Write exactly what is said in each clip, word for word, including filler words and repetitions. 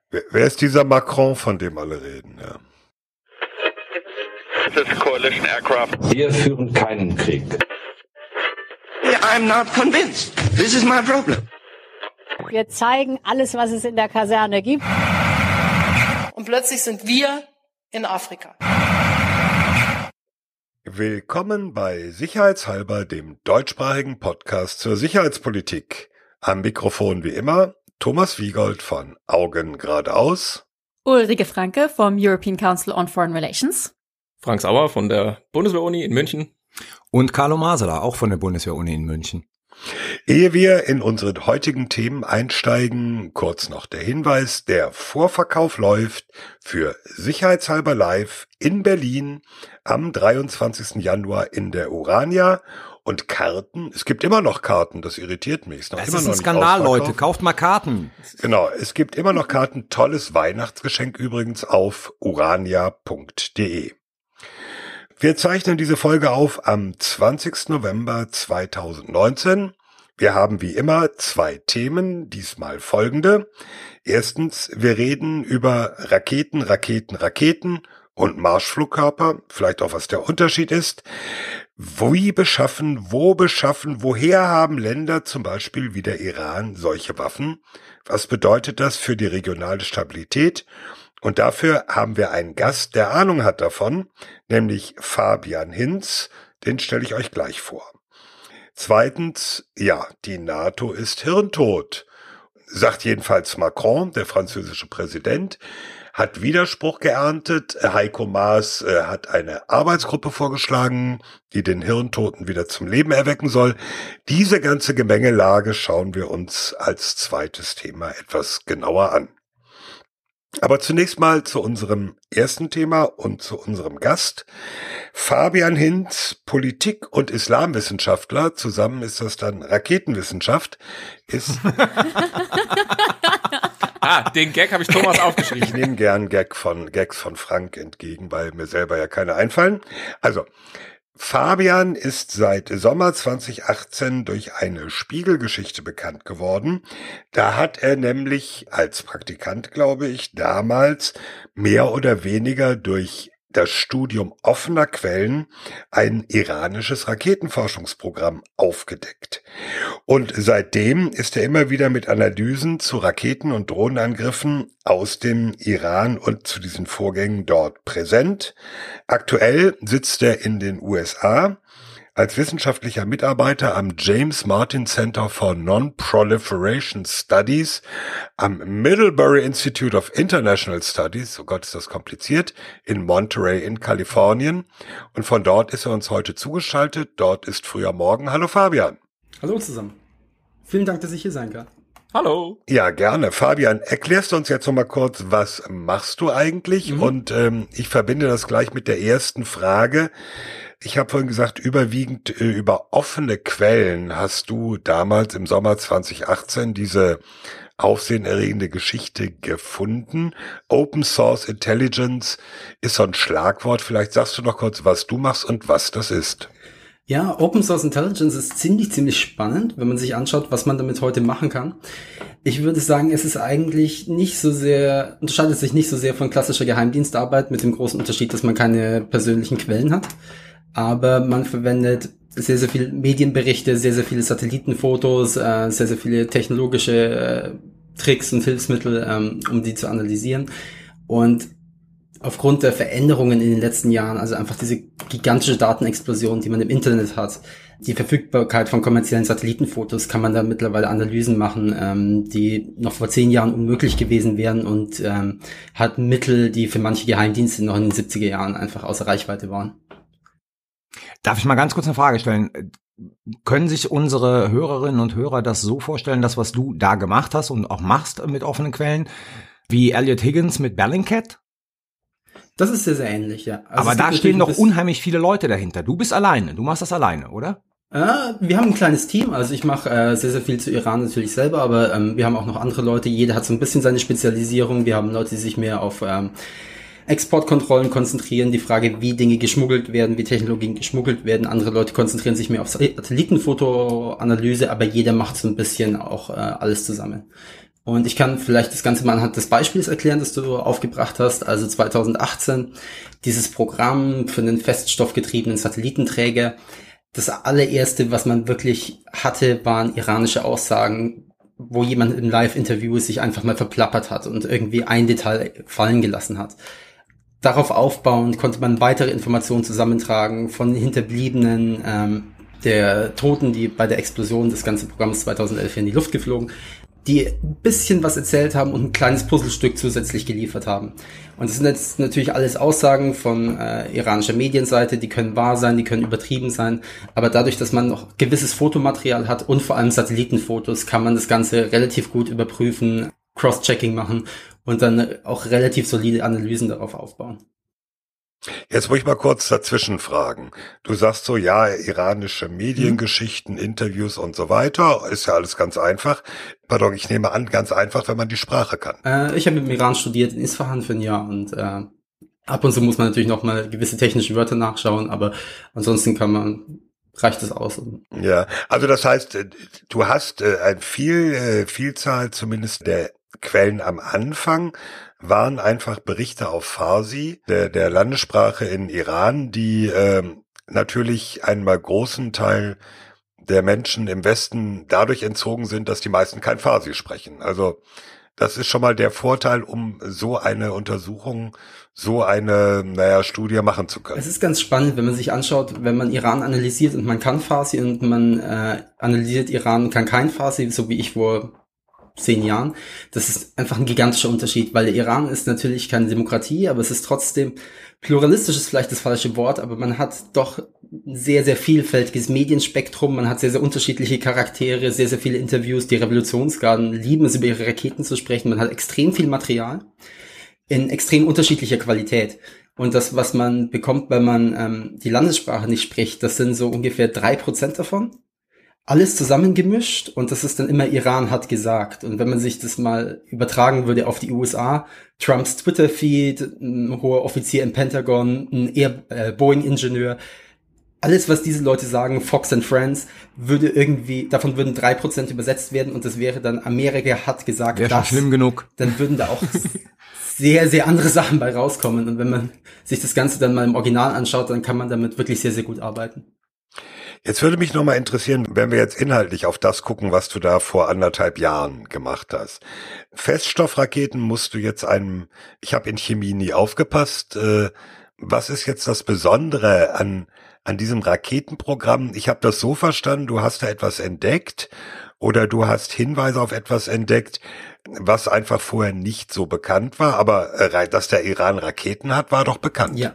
Wer, wer ist dieser Macron, von dem alle reden? Ja. Wir führen keinen Krieg. I'm not convinced. This is my problem. Wir zeigen alles, was es in der Kaserne gibt. Und plötzlich sind wir in Afrika. Willkommen bei Sicherheitshalber, dem deutschsprachigen Podcast zur Sicherheitspolitik. Am Mikrofon wie immer Thomas Wiegold von Augen geradeaus. Ulrike Franke vom European Council on Foreign Relations. Frank Sauer von der Bundeswehr-Uni in München. Und Carlo Masala, auch von der Bundeswehr-Uni in München. Ehe wir in unsere heutigen Themen einsteigen, kurz noch der Hinweis, der Vorverkauf läuft für Sicherheitshalber live in Berlin am dreiundzwanzigsten Januar in der Urania. Und Karten, es gibt immer noch Karten, das irritiert mich. Ist noch das immer ist noch ein Skandal, Leute, kauft mal Karten. Genau, es gibt immer noch Karten, tolles Weihnachtsgeschenk übrigens auf urania punkt de. Wir zeichnen diese Folge auf am zwanzigsten November zweitausendneunzehn. Wir haben wie immer zwei Themen, diesmal folgende. Erstens, wir reden über Raketen, Raketen, Raketen und Marschflugkörper, vielleicht auch was der Unterschied ist. Wie beschaffen, wo beschaffen, woher haben Länder, zum Beispiel wie der Iran, solche Waffen? Was bedeutet das für die regionale Stabilität? Und dafür haben wir einen Gast, der Ahnung hat davon, nämlich Fabian Hinz, den stelle ich euch gleich vor. Zweitens, ja, die NATO ist hirntot, sagt jedenfalls Macron, der französische Präsident, hat Widerspruch geerntet. Heiko Maas äh, hat eine Arbeitsgruppe vorgeschlagen, die den Hirntoten wieder zum Leben erwecken soll. Diese ganze Gemengelage schauen wir uns als zweites Thema etwas genauer an. Aber zunächst mal zu unserem ersten Thema und zu unserem Gast. Fabian Hinz, Politik- und Islamwissenschaftler, zusammen ist das dann Raketenwissenschaft, ist... Ah, den Gag habe ich Thomas aufgeschrieben. Ich nehme gern Gag von, Gags von Frank entgegen, weil mir selber ja keine einfallen. Also, Fabian ist seit Sommer zweitausendachtzehn durch eine Spiegelgeschichte bekannt geworden. Da hat er nämlich als Praktikant, glaube ich, damals mehr oder weniger durch das Studium offener Quellen ein iranisches Raketenforschungsprogramm aufgedeckt. Und seitdem ist er immer wieder mit Analysen zu Raketen- und Drohnenangriffen aus dem Iran und zu diesen Vorgängen dort präsent. Aktuell sitzt er in den U S A als wissenschaftlicher Mitarbeiter am James Martin Center for Non-Proliferation Studies am Middlebury Institute of International Studies, oh Gott, ist das kompliziert, in Monterey in Kalifornien. Und von dort ist er uns heute zugeschaltet. Dort ist früher Morgen. Hallo Fabian. Hallo zusammen. Vielen Dank, dass ich hier sein kann. Hallo. Ja, gerne. Fabian, erklärst du uns jetzt noch mal kurz, was machst du eigentlich? Mhm. Und ähm, ich verbinde das gleich mit der ersten Frage. Ich habe vorhin gesagt, überwiegend äh, über offene Quellen hast du damals im Sommer zweitausendachtzehn diese aufsehenerregende Geschichte gefunden. Open Source Intelligence ist so ein Schlagwort. Vielleicht sagst du noch kurz, was du machst und was das ist. Ja, Open Source Intelligence ist ziemlich, ziemlich spannend, wenn man sich anschaut, was man damit heute machen kann. Ich würde sagen, es ist eigentlich nicht so sehr, unterscheidet sich nicht so sehr von klassischer Geheimdienstarbeit mit dem großen Unterschied, dass man keine persönlichen Quellen hat. Aber man verwendet sehr, sehr viele Medienberichte, sehr, sehr viele Satellitenfotos, äh, sehr, sehr viele technologische äh, Tricks und Hilfsmittel, ähm, um die zu analysieren. Und aufgrund der Veränderungen in den letzten Jahren, also einfach diese gigantische Datenexplosion, die man im Internet hat, die Verfügbarkeit von kommerziellen Satellitenfotos, kann man da mittlerweile Analysen machen, ähm, die noch vor zehn Jahren unmöglich gewesen wären und ähm, hat Mittel, die für manche Geheimdienste noch in den siebziger Jahren einfach außer Reichweite waren. Darf ich mal ganz kurz eine Frage stellen? Können sich unsere Hörerinnen und Hörer das so vorstellen, dass was du da gemacht hast und auch machst mit offenen Quellen, wie Elliot Higgins mit Bellingcat? Das ist sehr, sehr ähnlich, ja. Also aber da stehen doch unheimlich viele Leute dahinter. Du bist alleine, du machst das alleine, oder? Äh, wir haben ein kleines Team, also ich mache äh, sehr, sehr viel zu Iran natürlich selber, aber ähm, wir haben auch noch andere Leute, jeder hat so ein bisschen seine Spezialisierung. Wir haben Leute, die sich mehr auf ähm, Exportkontrollen konzentrieren, die Frage, wie Dinge geschmuggelt werden, wie Technologien geschmuggelt werden. Andere Leute konzentrieren sich mehr auf Satellitenfotoanalyse, aber jeder macht so ein bisschen auch äh, alles zusammen. Und ich kann vielleicht das Ganze mal anhand des Beispiels erklären, das du aufgebracht hast. Also zweitausendachtzehn, dieses Programm für einen feststoffgetriebenen Satellitenträger. Das allererste, was man wirklich hatte, waren iranische Aussagen, wo jemand im Live-Interview sich einfach mal verplappert hat und irgendwie ein Detail fallen gelassen hat. Darauf aufbauend konnte man weitere Informationen zusammentragen von Hinterbliebenen, ähm, der Toten, die bei der Explosion des ganzen Programms zweitausendelf in die Luft geflogen, die ein bisschen was erzählt haben und ein kleines Puzzlestück zusätzlich geliefert haben. Und das sind jetzt natürlich alles Aussagen von äh, iranischer Medienseite, die können wahr sein, die können übertrieben sein, aber dadurch, dass man noch gewisses Fotomaterial hat und vor allem Satellitenfotos, kann man das Ganze relativ gut überprüfen, Cross-Checking machen und dann auch relativ solide Analysen darauf aufbauen. Jetzt muss ich mal kurz dazwischen fragen. Du sagst so, ja, iranische Mediengeschichten, mhm. Interviews und so weiter, ist ja alles ganz einfach. Pardon, ich nehme an, ganz einfach, wenn man die Sprache kann. Äh, ich habe im Iran studiert, in Isfahan für ein Jahr und äh, ab und zu muss man natürlich noch mal gewisse technische Wörter nachschauen, aber ansonsten kann man, reicht es aus. Ja, also das heißt, du hast äh, ein viel, äh, Vielzahl zumindest der Quellen am Anfang waren einfach Berichte auf Farsi, der, der Landessprache in Iran, die ähm, natürlich einmal großen Teil der Menschen im Westen dadurch entzogen sind, dass die meisten kein Farsi sprechen. Also das ist schon mal der Vorteil, um so eine Untersuchung, so eine, naja, Studie machen zu können. Es ist ganz spannend, wenn man sich anschaut, wenn man Iran analysiert und man kann Farsi und man äh, analysiert Iran und kann kein Farsi, so wie ich vor zehn Jahren. Das ist einfach ein gigantischer Unterschied, weil der Iran ist natürlich keine Demokratie, aber es ist trotzdem, pluralistisch ist vielleicht das falsche Wort, aber man hat doch ein sehr, sehr vielfältiges Medienspektrum, man hat sehr, sehr unterschiedliche Charaktere, sehr, sehr viele Interviews, die Revolutionsgarden lieben es, über ihre Raketen zu sprechen, man hat extrem viel Material in extrem unterschiedlicher Qualität. Und das, was man bekommt, wenn man ähm, die Landessprache nicht spricht, das sind so ungefähr drei Prozent davon. Alles zusammengemischt und das ist dann immer Iran hat gesagt. Und wenn man sich das mal übertragen würde auf die U S A, Trumps Twitter-Feed, ein hoher Offizier im Pentagon, ein Air, äh, Boeing-Ingenieur, alles, was diese Leute sagen, Fox and Friends, würde irgendwie, davon würden drei Prozent übersetzt werden und das wäre dann Amerika hat gesagt, wäre schon schlimm genug. Dann würden da auch sehr, sehr andere Sachen bei rauskommen. Und wenn man sich das Ganze dann mal im Original anschaut, dann kann man damit wirklich sehr, sehr gut arbeiten. Jetzt würde mich nochmal interessieren, wenn wir jetzt inhaltlich auf das gucken, was du da vor anderthalb Jahren gemacht hast. Feststoffraketen musst du jetzt einem, ich habe in Chemie nie aufgepasst, äh, was ist jetzt das Besondere an an diesem Raketenprogramm? Ich habe das so verstanden, du hast da etwas entdeckt oder du hast Hinweise auf etwas entdeckt, was einfach vorher nicht so bekannt war, aber äh, dass der Iran Raketen hat, war doch bekannt. Ja,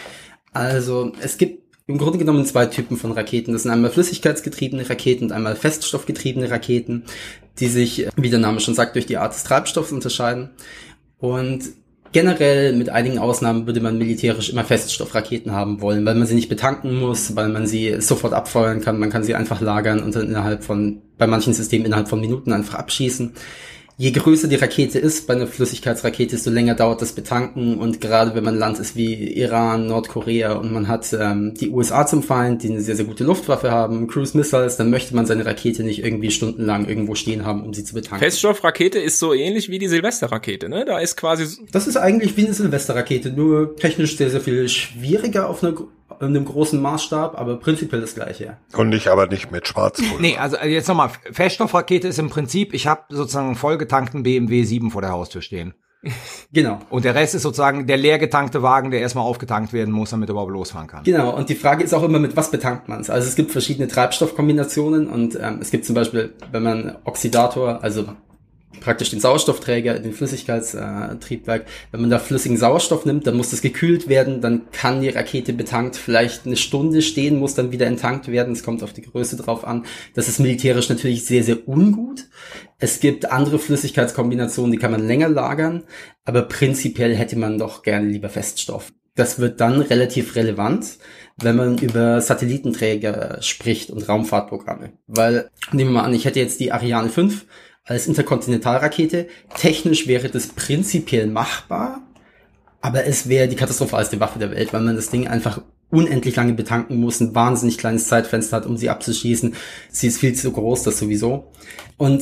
also es gibt im Grunde genommen zwei Typen von Raketen. Das sind einmal flüssigkeitsgetriebene Raketen und einmal feststoffgetriebene Raketen, die sich, wie der Name schon sagt, durch die Art des Treibstoffs unterscheiden. Und generell, mit einigen Ausnahmen, würde man militärisch immer Feststoffraketen haben wollen, weil man sie nicht betanken muss, weil man sie sofort abfeuern kann, man kann sie einfach lagern und dann innerhalb von, bei manchen Systemen innerhalb von Minuten einfach abschießen. Je größer die Rakete ist, bei einer Flüssigkeitsrakete, desto länger dauert das Betanken und gerade wenn man ein Land ist wie Iran, Nordkorea und man hat ähm, die U S A zum Feind, die eine sehr, sehr gute Luftwaffe haben, Cruise Missiles, dann möchte man seine Rakete nicht irgendwie stundenlang irgendwo stehen haben, um sie zu betanken. Feststoffrakete ist so ähnlich wie die Silvesterrakete, ne? Da ist quasi... Das ist eigentlich wie eine Silvesterrakete, nur technisch sehr, sehr viel schwieriger auf einer in einem großen Maßstab, aber prinzipiell das Gleiche. Und nicht, aber nicht mit Schwarzpulver. Nee, also jetzt nochmal, Feststoffrakete ist im Prinzip, ich habe sozusagen einen vollgetankten B M W sieben vor der Haustür stehen. Genau. Und der Rest ist sozusagen der leer getankte Wagen, der erstmal aufgetankt werden muss, damit er überhaupt losfahren kann. Genau, und die Frage ist auch immer, mit was betankt man es? Also es gibt verschiedene Treibstoffkombinationen und ähm, es gibt zum Beispiel, wenn man Oxidator, also praktisch den Sauerstoffträger, den Flüssigkeitstriebwerk, wenn man da flüssigen Sauerstoff nimmt, dann muss das gekühlt werden, dann kann die Rakete betankt vielleicht eine Stunde stehen, muss dann wieder enttankt werden, es kommt auf die Größe drauf an. Das ist militärisch natürlich sehr, sehr ungut. Es gibt andere Flüssigkeitskombinationen, die kann man länger lagern, aber prinzipiell hätte man doch gerne lieber Feststoff. Das wird dann relativ relevant, wenn man über Satellitenträger spricht und Raumfahrtprogramme. Weil, nehmen wir mal an, ich hätte jetzt die Ariane fünf als Interkontinentalrakete. Technisch wäre das prinzipiell machbar, aber es wäre die katastrophalste Waffe der Welt, weil man das Ding einfach unendlich lange betanken muss, ein wahnsinnig kleines Zeitfenster hat, um sie abzuschießen. Sie ist viel zu groß, das sowieso. Und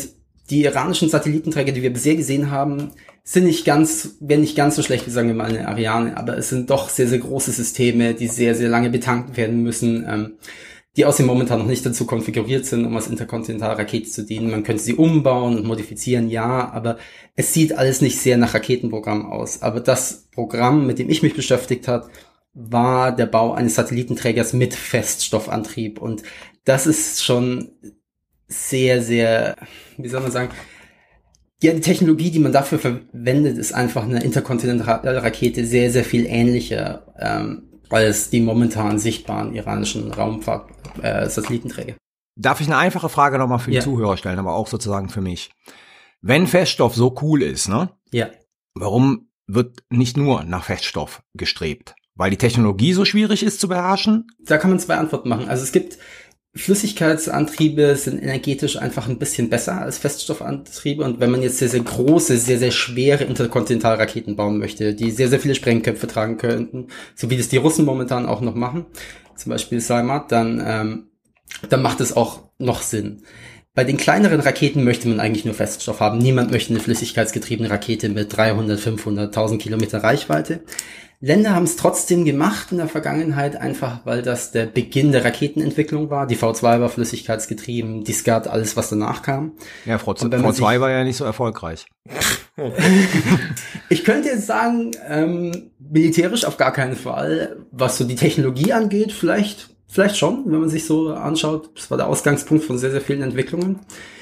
die iranischen Satellitenträger, die wir bisher gesehen haben, sind nicht ganz, werden nicht ganz so schlecht wie, sagen wir mal, eine Ariane, aber es sind doch sehr, sehr große Systeme, die sehr, sehr lange betankt werden müssen, ähm, die außerdem momentan noch nicht dazu konfiguriert sind, um als interkontinentale Rakete zu dienen. Man könnte sie umbauen und modifizieren, ja, aber es sieht alles nicht sehr nach Raketenprogramm aus. Aber das Programm, mit dem ich mich beschäftigt habe, war der Bau eines Satellitenträgers mit Feststoffantrieb. Und das ist schon sehr, sehr, wie soll man sagen, ja, die Technologie, die man dafür verwendet, ist einfach eine interkontinentale Rakete sehr, sehr viel ähnlicher ähm, als die momentan sichtbaren iranischen Raumfahrt-Satellitenträger. Äh, Darf ich eine einfache Frage nochmal für die ja. Zuhörer stellen, aber auch sozusagen für mich? Wenn Feststoff so cool ist, ne? Ja. Warum wird nicht nur nach Feststoff gestrebt? Weil die Technologie so schwierig ist zu beherrschen? Da kann man zwei Antworten machen. Also es gibt Flüssigkeitsantriebe sind energetisch einfach ein bisschen besser als Feststoffantriebe. Und wenn man jetzt sehr, sehr große, sehr, sehr schwere Interkontinentalraketen bauen möchte, die sehr, sehr viele Sprengköpfe tragen könnten, so wie das die Russen momentan auch noch machen, zum Beispiel Salmat, dann, ähm, dann macht es auch noch Sinn. Bei den kleineren Raketen möchte man eigentlich nur Feststoff haben. Niemand möchte eine flüssigkeitsgetriebene Rakete mit dreihundert, fünfhundert, tausend Kilometer Reichweite. Länder haben es trotzdem gemacht in der Vergangenheit, einfach weil das der Beginn der Raketenentwicklung war. Die V zwei war flüssigkeitsgetrieben, die Skat, alles was danach kam. Ja, V zwei war ja nicht so erfolgreich. Ich könnte jetzt sagen, ähm, militärisch auf gar keinen Fall. Was so die Technologie angeht, vielleicht, vielleicht schon, wenn man sich so anschaut. Das war der Ausgangspunkt von sehr, sehr vielen Entwicklungen.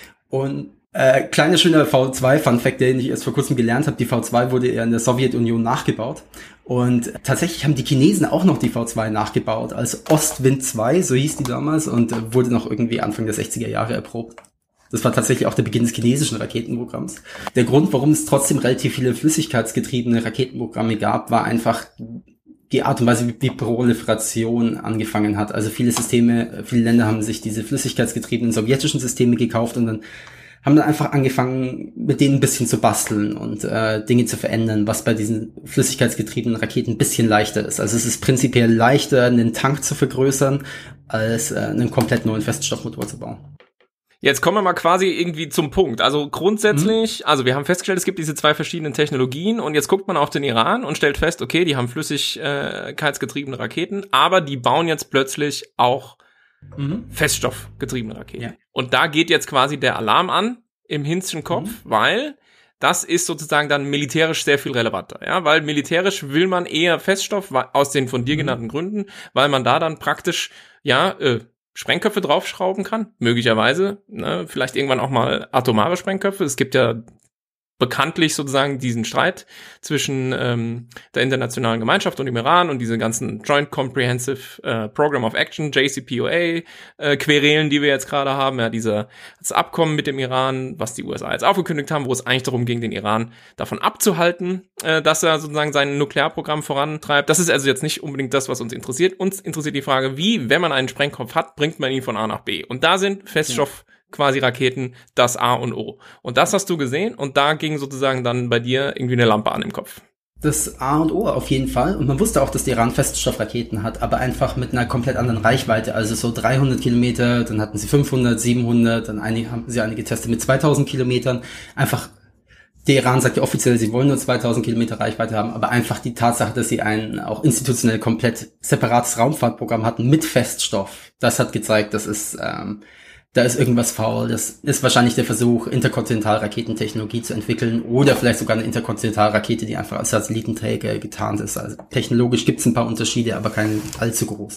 Und Äh, kleiner schöner V zwei Funfact, den ich erst vor kurzem gelernt habe. Die V zwei wurde eher in der Sowjetunion nachgebaut. Und tatsächlich haben die Chinesen auch noch die V zwei nachgebaut als Ostwind zwei, so hieß die damals, und äh, wurde noch irgendwie Anfang der sechziger Jahre erprobt. Das war tatsächlich auch der Beginn des chinesischen Raketenprogramms. Der Grund, warum es trotzdem relativ viele flüssigkeitsgetriebene Raketenprogramme gab, war einfach die Art und Weise, wie die Proliferation angefangen hat. Also viele Systeme, viele Länder haben sich diese flüssigkeitsgetriebenen sowjetischen Systeme gekauft und dann haben dann einfach angefangen, mit denen ein bisschen zu basteln und äh, Dinge zu verändern, was bei diesen flüssigkeitsgetriebenen Raketen ein bisschen leichter ist. Also es ist prinzipiell leichter, einen Tank zu vergrößern, als äh, einen komplett neuen Feststoffmotor zu bauen. Jetzt kommen wir mal quasi irgendwie zum Punkt. Also grundsätzlich, mhm. also wir haben festgestellt, es gibt diese zwei verschiedenen Technologien und jetzt guckt man auf den Iran und stellt fest, okay, die haben flüssigkeitsgetriebene Raketen, aber die bauen jetzt plötzlich auch Mhm. feststoffgetriebene Raketen. Ja. Und da geht jetzt quasi der Alarm an im Hinzchen Kopf, mhm. weil das ist sozusagen dann militärisch sehr viel relevanter. Ja, weil militärisch will man eher Feststoff aus den von dir mhm. genannten Gründen, weil man da dann praktisch, ja, äh, Sprengköpfe draufschrauben kann, möglicherweise, ne, vielleicht irgendwann auch mal atomare Sprengköpfe. Es gibt ja bekanntlich sozusagen diesen Streit zwischen ähm, der internationalen Gemeinschaft und dem Iran und diese ganzen Joint Comprehensive äh, Program of Action, J C P O A, äh, Querelen, die wir jetzt gerade haben, ja, dieser, das Abkommen mit dem Iran, was die U S A jetzt aufgekündigt haben, wo es eigentlich darum ging, den Iran davon abzuhalten, äh, dass er sozusagen sein Nuklearprogramm vorantreibt. Das ist also jetzt nicht unbedingt das, was uns interessiert. Uns interessiert die Frage, wie, wenn man einen Sprengkopf hat, bringt man ihn von A nach B. Und da sind Feststoff ja. quasi Raketen das A und O. Und das hast du gesehen und da ging sozusagen dann bei dir irgendwie eine Lampe an im Kopf. Das A und O auf jeden Fall. Und man wusste auch, dass der Iran Feststoffraketen hat, aber einfach mit einer komplett anderen Reichweite. Also so dreihundert Kilometer, dann hatten sie fünfhundert, siebenhundert, dann einige, haben sie einige getestet mit zweitausend Kilometern. Einfach, der Iran sagt ja offiziell, sie wollen nur zweitausend Kilometer Reichweite haben, aber einfach die Tatsache, dass sie ein auch institutionell komplett separates Raumfahrtprogramm hatten mit Feststoff, das hat gezeigt, dass es ähm, da ist irgendwas faul. Das ist wahrscheinlich der Versuch, Interkontinentalraketentechnologie zu entwickeln oder vielleicht sogar eine Interkontinentalrakete, die einfach als Satellitenträger getarnt ist. Also technologisch gibt es ein paar Unterschiede, aber keine allzu groß.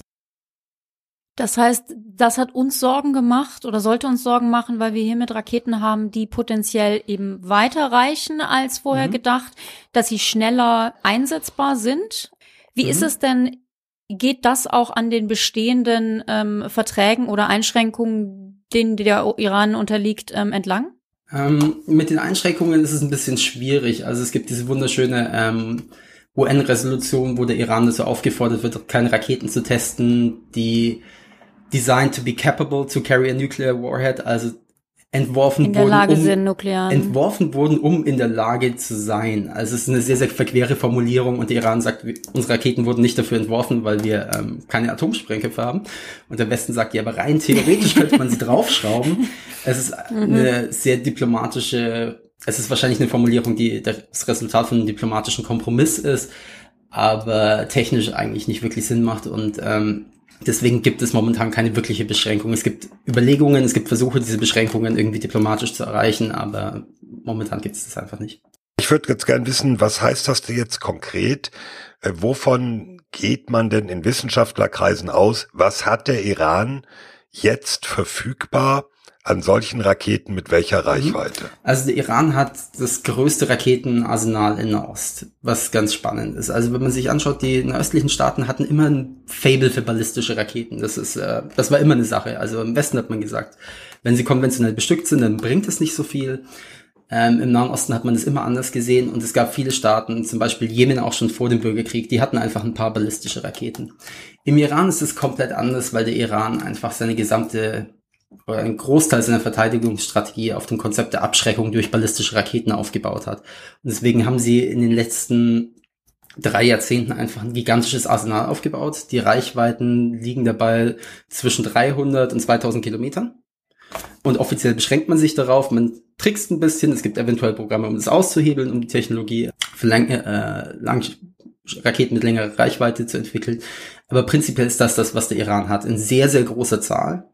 Das heißt, das hat uns Sorgen gemacht oder sollte uns Sorgen machen, weil wir hier mit Raketen haben, die potenziell eben weiter reichen als vorher mhm. gedacht, dass sie schneller einsetzbar sind. Wie mhm. ist es denn, geht das auch an den bestehenden ähm, Verträgen oder Einschränkungen, denen der Iran unterliegt, ähm, entlang? Ähm, mit den Einschränkungen ist es ein bisschen schwierig. Also es gibt diese wunderschöne ähm, U N-Resolution, wo der Iran dazu aufgefordert wird, keine Raketen zu testen, die designed to be capable to carry a nuclear warhead. Also entworfen in der wurden, Lage um, sind, nuklearen. entworfen wurden, um in der Lage zu sein. Also es ist eine sehr, sehr verquere Formulierung und der Iran sagt, unsere Raketen wurden nicht dafür entworfen, weil wir ähm, keine Atomsprengköpfe haben. Und der Westen sagt, ja, aber rein theoretisch könnte man sie draufschrauben. Es ist mhm. eine sehr diplomatische, es ist wahrscheinlich eine Formulierung, die das Resultat von einem diplomatischen Kompromiss ist, aber technisch eigentlich nicht wirklich Sinn macht und ähm, deswegen gibt es momentan keine wirkliche Beschränkung. Es gibt Überlegungen, es gibt Versuche, diese Beschränkungen irgendwie diplomatisch zu erreichen, aber momentan gibt es das einfach nicht. Ich würde jetzt gern wissen, was heißt das jetzt konkret? Äh, wovon geht man denn in Wissenschaftlerkreisen aus? Was hat der Iran jetzt verfügbar an solchen Raketen mit welcher Reichweite? Also der Iran hat das größte Raketenarsenal in Nahost, was ganz spannend ist. Also wenn man sich anschaut, die östlichen Staaten hatten immer ein Faible für ballistische Raketen. Das ist, äh, das war immer eine Sache. Also im Westen hat man gesagt, wenn sie konventionell bestückt sind, dann bringt es nicht so viel. Ähm, Im Nahen Osten hat man das immer anders gesehen und es gab viele Staaten, zum Beispiel Jemen auch schon vor dem Bürgerkrieg, die hatten einfach ein paar ballistische Raketen. Im Iran ist es komplett anders, weil der Iran einfach seine gesamte oder einen Großteil seiner Verteidigungsstrategie auf dem Konzept der Abschreckung durch ballistische Raketen aufgebaut hat. Und deswegen haben sie in den letzten drei Jahrzehnten einfach ein gigantisches Arsenal aufgebaut. Die Reichweiten liegen dabei zwischen dreihundert und zweitausend Kilometern. Und offiziell beschränkt man sich darauf, man trickst ein bisschen, es gibt eventuell Programme, um das auszuhebeln, um die Technologie für lang, äh, lang, Raketen mit längerer Reichweite zu entwickeln. Aber prinzipiell ist das das, was der Iran hat, in sehr, sehr großer Zahl.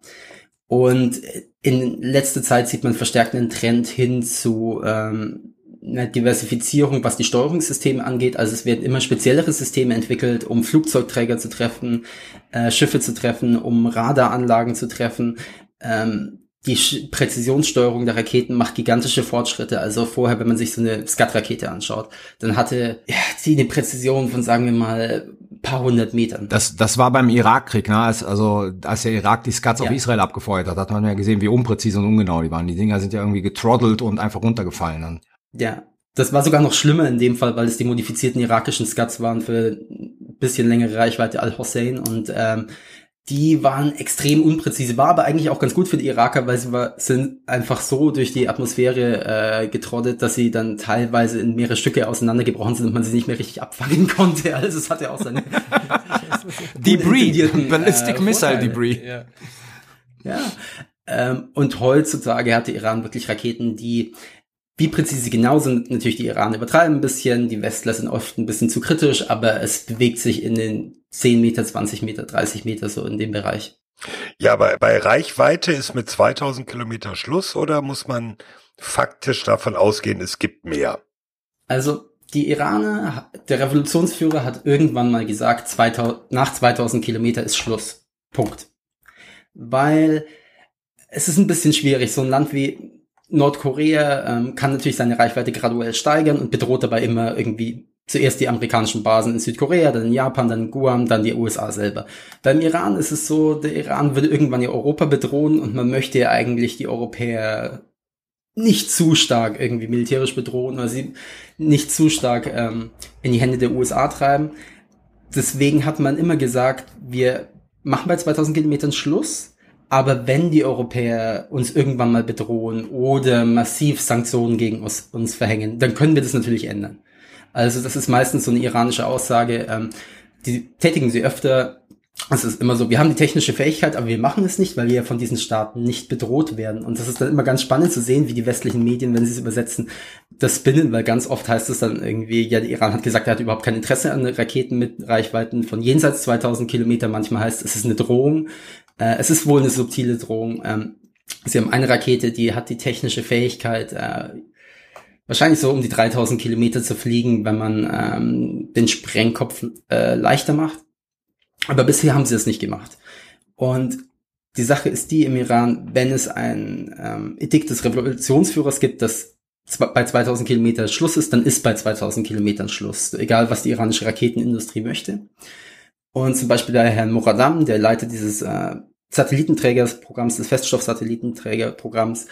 Und in letzter Zeit sieht man verstärkt einen Trend hin zu ähm, einer Diversifizierung, was die Steuerungssysteme angeht. Also es werden immer speziellere Systeme entwickelt, um Flugzeugträger zu treffen, äh, Schiffe zu treffen, um Radaranlagen zu treffen. Ähm, die Sch- Präzisionssteuerung der Raketen macht gigantische Fortschritte. Also vorher, wenn man sich so eine Scud-Rakete anschaut, dann hatte ja, sie eine Präzision von, sagen wir mal, paar hundert Metern. Das, das war beim Irakkrieg, ne? Als, also, als der Irak die Scuds ja. auf Israel abgefeuert hat, hat man ja gesehen, wie unpräzise und ungenau die waren. Die Dinger sind ja irgendwie getroddelt und einfach runtergefallen dann. Ja. Das war sogar noch schlimmer in dem Fall, weil es die modifizierten irakischen Scuds waren für ein bisschen längere Reichweite Al-Hussein und ähm, die waren extrem unpräzise, war aber eigentlich auch ganz gut für die Iraker, weil sie war, sind einfach so durch die Atmosphäre äh, getrottet, dass sie dann teilweise in mehrere Stücke auseinandergebrochen sind und man sie nicht mehr richtig abfangen konnte. Also es hatte auch seine Debris, Ballistic äh, Missile Debris. Ja, ja. Ähm, und heutzutage hat der Iran wirklich Raketen, die wie präzise sie genau sind, natürlich die Iraner übertreiben ein bisschen, die Westler sind oft ein bisschen zu kritisch, aber es bewegt sich in den zehn Meter, zwanzig Meter, dreißig Meter so in dem Bereich. Ja, aber bei Reichweite ist mit zweitausend Kilometer Schluss oder muss man faktisch davon ausgehen, es gibt mehr? Also die Iraner, der Revolutionsführer hat irgendwann mal gesagt, zweitausend, nach zweitausend Kilometer ist Schluss. Punkt. Weil es ist ein bisschen schwierig, so ein Land wie Nordkorea ähm, kann natürlich seine Reichweite graduell steigern und bedroht dabei immer irgendwie zuerst die amerikanischen Basen in Südkorea, dann in Japan, dann in Guam, dann die U S A selber. Beim Iran ist es so, der Iran würde irgendwann ja Europa bedrohen und man möchte ja eigentlich die Europäer nicht zu stark irgendwie militärisch bedrohen oder sie nicht zu stark ähm, in die Hände der U S A treiben. Deswegen hat man immer gesagt, wir machen bei zweitausend Kilometern Schluss. Aber wenn die Europäer uns irgendwann mal bedrohen oder massiv Sanktionen gegen uns, uns verhängen, dann können wir das natürlich ändern. Also das ist meistens so eine iranische Aussage, ähm, die tätigen sie öfter. Es ist immer so, wir haben die technische Fähigkeit, aber wir machen es nicht, weil wir ja von diesen Staaten nicht bedroht werden. Und das ist dann immer ganz spannend zu sehen, wie die westlichen Medien, wenn sie es übersetzen, das spinnen, weil ganz oft heißt es dann irgendwie, ja, der Iran hat gesagt, er hat überhaupt kein Interesse an Raketen mit Reichweiten von jenseits zweitausend Kilometer. Manchmal heißt es, es ist eine Drohung. Äh, es ist wohl eine subtile Drohung. Ähm, sie haben eine Rakete, die hat die technische Fähigkeit, äh, wahrscheinlich so um die dreitausend Kilometer zu fliegen, wenn man ähm, den Sprengkopf äh, leichter macht. Aber bisher haben sie es nicht gemacht. Und die Sache ist die im Iran, wenn es ein ähm, Edikt des Revolutionsführers gibt, das bei zweitausend Kilometer Schluss ist, dann ist bei zweitausend Kilometern Schluss. Egal, was die iranische Raketenindustrie möchte. Und zum Beispiel der Herr Moradam, der leitet dieses äh, Satellitenträgerprogramms, des Feststoff-Satellitenträgerprogramms,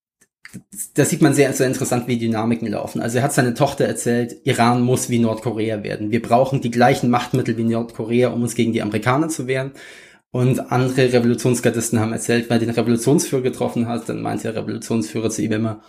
da sieht man sehr, sehr interessant, wie die Dynamiken laufen. Also er hat seine Tochter erzählt, Iran muss wie Nordkorea werden. Wir brauchen die gleichen Machtmittel wie Nordkorea, um uns gegen die Amerikaner zu wehren. Und andere Revolutionsgardisten haben erzählt, wenn er den Revolutionsführer getroffen hat, dann meinte der Revolutionsführer zu ihm immer,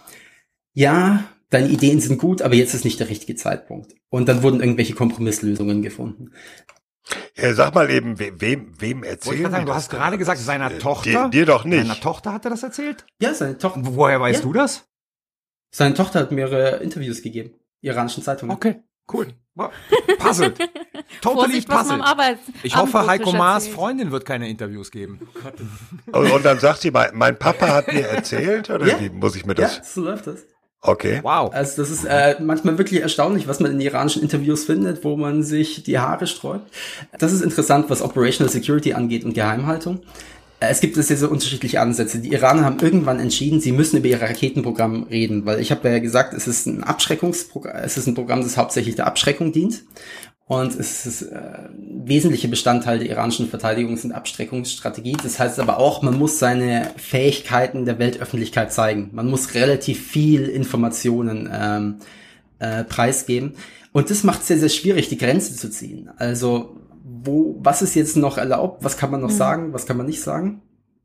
ja, deine Ideen sind gut, aber jetzt ist nicht der richtige Zeitpunkt. Und dann wurden irgendwelche Kompromisslösungen gefunden. Ja, sag mal eben, we wem, wem erzählt sagen, du hast gerade gesagt, seiner äh, Tochter. Dir, dir doch nicht. Seiner Tochter hat er das erzählt? Ja, seine Tochter. Woher weißt ja. du das? Seine Tochter hat mehrere Interviews gegeben. Iranischen Zeitungen. Okay, cool. Puzzled. Totally Vorsicht, was man am puzzled. Arbeits- Ich hoffe, Abendbrottisch Heiko Maas erzählt. Freundin wird keine Interviews geben. Und, und dann sagt sie, mein, mein Papa hat mir erzählt, oder Ja. wie muss ich mir das? Ja, so läuft das. Okay. Wow. Also das ist äh, manchmal wirklich erstaunlich, was man in iranischen Interviews findet, wo man sich die Haare sträubt. Das ist interessant, was Operational Security angeht und Geheimhaltung. Äh, es gibt sehr, sehr unterschiedliche Ansätze. Die Iraner haben irgendwann entschieden, sie müssen über ihr Raketenprogramm reden, weil ich habe ja gesagt, es ist ein Abschreckungsprogramm, es ist ein Programm, das hauptsächlich der Abschreckung dient. Und es ist äh, wesentliche Bestandteil der iranischen Verteidigungs- und Abschreckungsstrategie. Das heißt aber auch, man muss seine Fähigkeiten der Weltöffentlichkeit zeigen. Man muss relativ viel Informationen ähm, äh, preisgeben. Und das macht es sehr, sehr schwierig, die Grenze zu ziehen. Also, wo, was ist jetzt noch erlaubt? Was kann man noch mhm. sagen? Was kann man nicht sagen?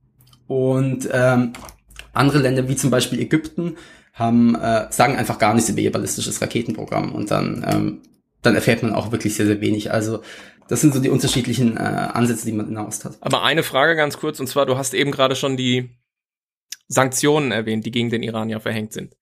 Und ähm, andere Länder, wie zum Beispiel Ägypten, haben äh, sagen einfach gar nichts über ihr ballistisches Raketenprogramm. Und dann ähm, dann erfährt man auch wirklich sehr, sehr wenig. Also das sind so die unterschiedlichen äh, Ansätze, die man in Nahost hat. Aber eine Frage ganz kurz, und zwar, du hast eben gerade schon die Sanktionen erwähnt, die gegen den Iran ja verhängt sind.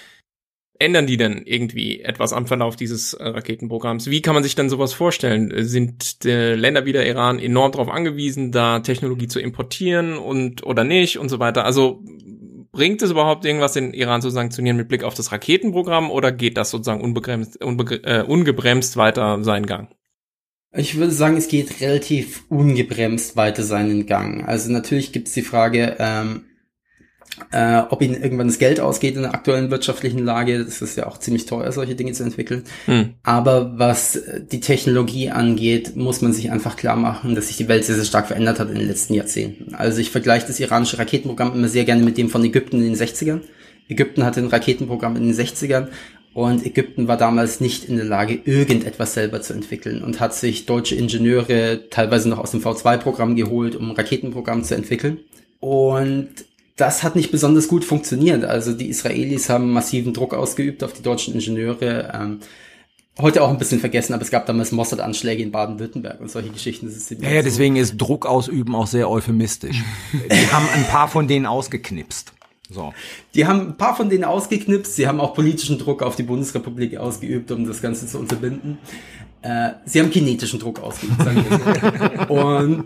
Ändern die denn irgendwie etwas am Verlauf dieses äh, Raketenprogramms? Wie kann man sich denn sowas vorstellen? Sind äh, Länder wie der Iran enorm darauf angewiesen, da Technologie zu importieren und oder nicht und so weiter? Also bringt es überhaupt irgendwas, den Iran zu sanktionieren mit Blick auf das Raketenprogramm, oder geht das sozusagen unbegrenzt, unbegr- äh, ungebremst weiter seinen Gang? Ich würde sagen, es geht relativ ungebremst weiter seinen Gang. Also natürlich gibt es die Frage, ähm, äh, ob ihnen irgendwann das Geld ausgeht in der aktuellen wirtschaftlichen Lage. Das ist ja auch ziemlich teuer, solche Dinge zu entwickeln. Hm. Aber was die Technologie angeht, muss man sich einfach klar machen, dass sich die Welt sehr, sehr stark verändert hat in den letzten Jahrzehnten. Also ich vergleiche das iranische Raketenprogramm immer sehr gerne mit dem von Ägypten in den sechzigern. Ägypten hatte ein Raketenprogramm in den sechzigern und Ägypten war damals nicht in der Lage, irgendetwas selber zu entwickeln und hat sich deutsche Ingenieure teilweise noch aus dem V zwei Programm geholt, um ein Raketenprogramm zu entwickeln. Und das hat nicht besonders gut funktioniert. Also die Israelis haben massiven Druck ausgeübt auf die deutschen Ingenieure. Ähm, heute auch ein bisschen vergessen, aber es gab damals Mossad-Anschläge in Baden-Württemberg und solche Geschichten. Das ist ja, ja, deswegen ist Druck ausüben auch sehr euphemistisch. Die haben ein paar von denen ausgeknipst. So. Die haben ein paar von denen ausgeknipst. Sie haben auch politischen Druck auf die Bundesrepublik ausgeübt, um das Ganze zu unterbinden. Äh, sie haben kinetischen Druck ausgeübt, sagen wir so. Und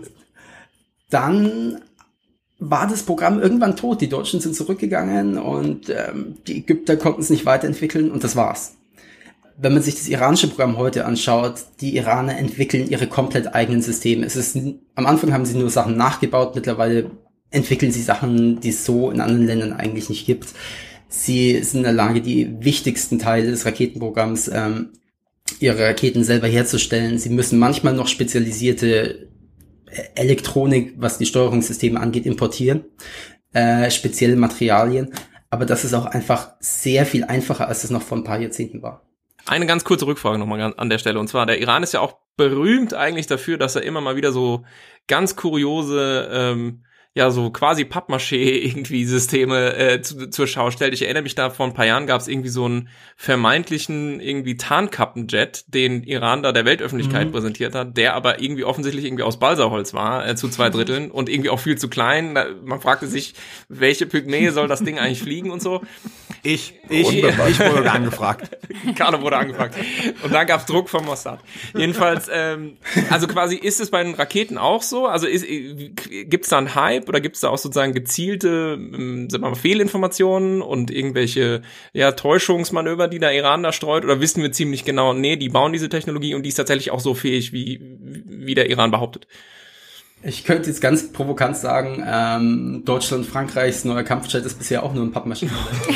dann war das Programm irgendwann tot. Die Deutschen sind zurückgegangen und ähm, die Ägypter konnten es nicht weiterentwickeln und das war's. Wenn man sich das iranische Programm heute anschaut, die Iraner entwickeln ihre komplett eigenen Systeme. Es ist, am Anfang haben sie nur Sachen nachgebaut, mittlerweile entwickeln sie Sachen, die es so in anderen Ländern eigentlich nicht gibt. Sie sind in der Lage, die wichtigsten Teile des Raketenprogramms, ähm, ihre Raketen selber herzustellen. Sie müssen manchmal noch spezialisierte Elektronik, was die Steuerungssysteme angeht, importieren, äh, spezielle Materialien. Aber das ist auch einfach sehr viel einfacher, als es noch vor ein paar Jahrzehnten war. Eine ganz kurze Rückfrage nochmal an der Stelle. Und zwar, der Iran ist ja auch berühmt eigentlich dafür, dass er immer mal wieder so ganz kuriose, ähm, ja, so quasi Pappmaché irgendwie Systeme äh, zu, zur Schau stellt. Ich erinnere mich da, vor ein paar Jahren gab es irgendwie so einen vermeintlichen irgendwie Tarnkappenjet, den Iran da der Weltöffentlichkeit mhm. präsentiert hat, der aber irgendwie offensichtlich irgendwie aus Balsaholz war, äh, zu zwei Dritteln und irgendwie auch viel zu klein. Da, man fragte sich, welche Pygmäe soll das Ding eigentlich fliegen und so. Ich, ich, ich wurde angefragt. Carlo wurde angefragt. Und dann gab es Druck vom Mossad. Jedenfalls, ähm, also quasi ist es bei den Raketen auch so? Also gibt es da einen Hype oder gibt es da auch sozusagen gezielte ähm, sagen wir mal, Fehlinformationen und irgendwelche ja, Täuschungsmanöver, die der Iran da streut? Oder wissen wir ziemlich genau, nee, die bauen diese Technologie und die ist tatsächlich auch so fähig, wie, wie der Iran behauptet? Ich könnte jetzt ganz provokant sagen, ähm, Deutschland, Frankreichs neuer Kampfjet ist bisher auch nur ein Pappmaschine.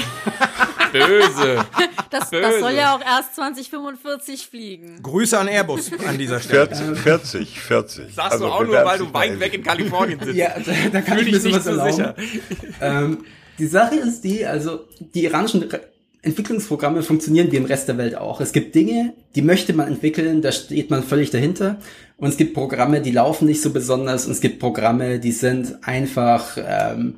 Böse. Das, Böse. das soll ja auch erst zwanzig fünfundvierzig fliegen. Grüße an Airbus an dieser Stelle. vierzig, vierzig, vierzig. Sagst also du auch nur, weil du weit weg in Kalifornien sitzt. Ja, da, da kann Fühl ich mir dich nicht sowas so erlauben. sicher. Ähm, die Sache ist die, also die iranischen Ra- Entwicklungsprogramme funktionieren wie im Rest der Welt auch. Es gibt Dinge, die möchte man entwickeln, da steht man völlig dahinter. Und es gibt Programme, die laufen nicht so besonders. Und es gibt Programme, die sind einfach, ähm,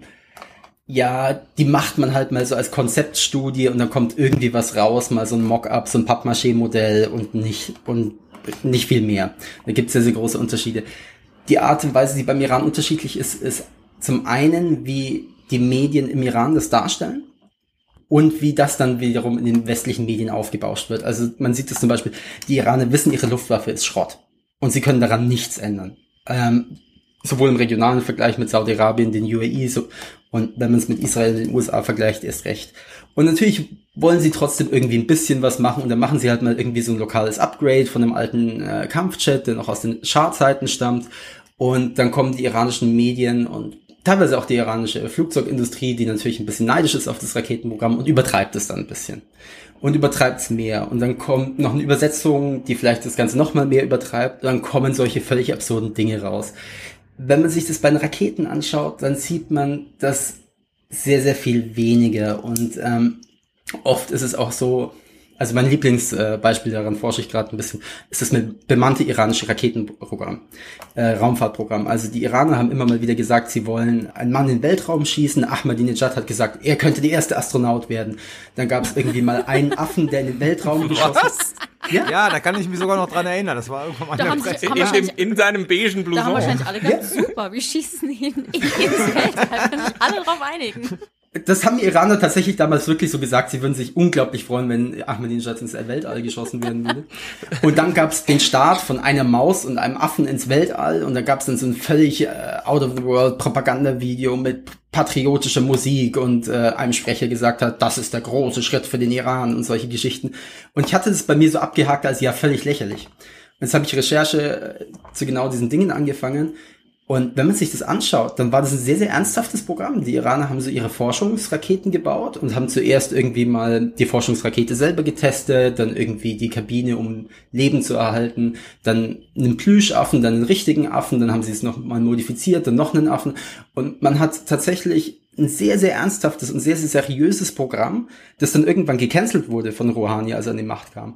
ja, die macht man halt mal so als Konzeptstudie und dann kommt irgendwie was raus, mal so ein Mock-up, so ein Pappmaché-Modell und nicht und nicht viel mehr. Da gibt es sehr, sehr große Unterschiede. Die Art und Weise, die beim Iran unterschiedlich ist, ist zum einen, wie die Medien im Iran das darstellen und wie das dann wiederum in den westlichen Medien aufgebauscht wird. Also man sieht das zum Beispiel, die Iraner wissen, ihre Luftwaffe ist Schrott und sie können daran nichts ändern. Ähm, sowohl im regionalen Vergleich mit Saudi-Arabien, den U A E, so, und wenn man es mit Israel und den U S A vergleicht, erst recht. Und natürlich wollen sie trotzdem irgendwie ein bisschen was machen und dann machen sie halt mal irgendwie so ein lokales Upgrade von einem alten äh, Kampfjet, der noch aus den Schah-Zeiten stammt. Und dann kommen die iranischen Medien und teilweise auch die iranische Flugzeugindustrie, die natürlich ein bisschen neidisch ist auf das Raketenprogramm und übertreibt es dann ein bisschen. Und übertreibt es mehr. Und dann kommt noch eine Übersetzung, die vielleicht das Ganze noch mal mehr übertreibt. Und dann kommen solche völlig absurden Dinge raus. Wenn man sich das bei den Raketen anschaut, dann sieht man das sehr, sehr viel weniger. Und ähm, oft ist es auch so, also mein Lieblingsbeispiel, äh, daran forsche ich gerade ein bisschen, ist das mit bemannte iranische Raketenprogramm, äh, Raumfahrtprogramm. Also die Iraner haben immer mal wieder gesagt, sie wollen einen Mann in den Weltraum schießen. Ahmadinejad hat gesagt, er könnte der erste Astronaut werden. Dann gab es irgendwie mal einen Affen, der in den Weltraum geschossen ist. Ja? ja, da kann ich mich sogar noch dran erinnern. Das war irgendwann mal da in der haben Presse. Sie, haben in, dem, in seinem beigen Blouson. Da haben wahrscheinlich alle gesagt, ja. Super, wir schießen ihn ins Weltall. Da können sich alle drauf einigen. Das haben die Iraner tatsächlich damals wirklich so gesagt. Sie würden sich unglaublich freuen, wenn Ahmadinejad ins Weltall geschossen werden würde. Und dann gab es den Start von einer Maus und einem Affen ins Weltall. Und da gab es dann so ein völlig äh, out-of-the-world-Propaganda-Video mit patriotischer Musik und äh, einem Sprecher gesagt hat, das ist der große Schritt für den Iran und solche Geschichten. Und ich hatte das bei mir so abgehakt als ja völlig lächerlich. Und jetzt habe ich Recherche äh, zu genau diesen Dingen angefangen. Und wenn man sich das anschaut, dann war das ein sehr, sehr ernsthaftes Programm. Die Iraner haben so ihre Forschungsraketen gebaut und haben zuerst irgendwie mal die Forschungsrakete selber getestet, dann irgendwie die Kabine, um Leben zu erhalten, dann einen Plüschaffen, dann einen richtigen Affen, dann haben sie es noch mal modifiziert, dann noch einen Affen. Und man hat tatsächlich ein sehr, sehr ernsthaftes und sehr, sehr seriöses Programm, das dann irgendwann gecancelt wurde von Rouhani, als er an die Macht kam.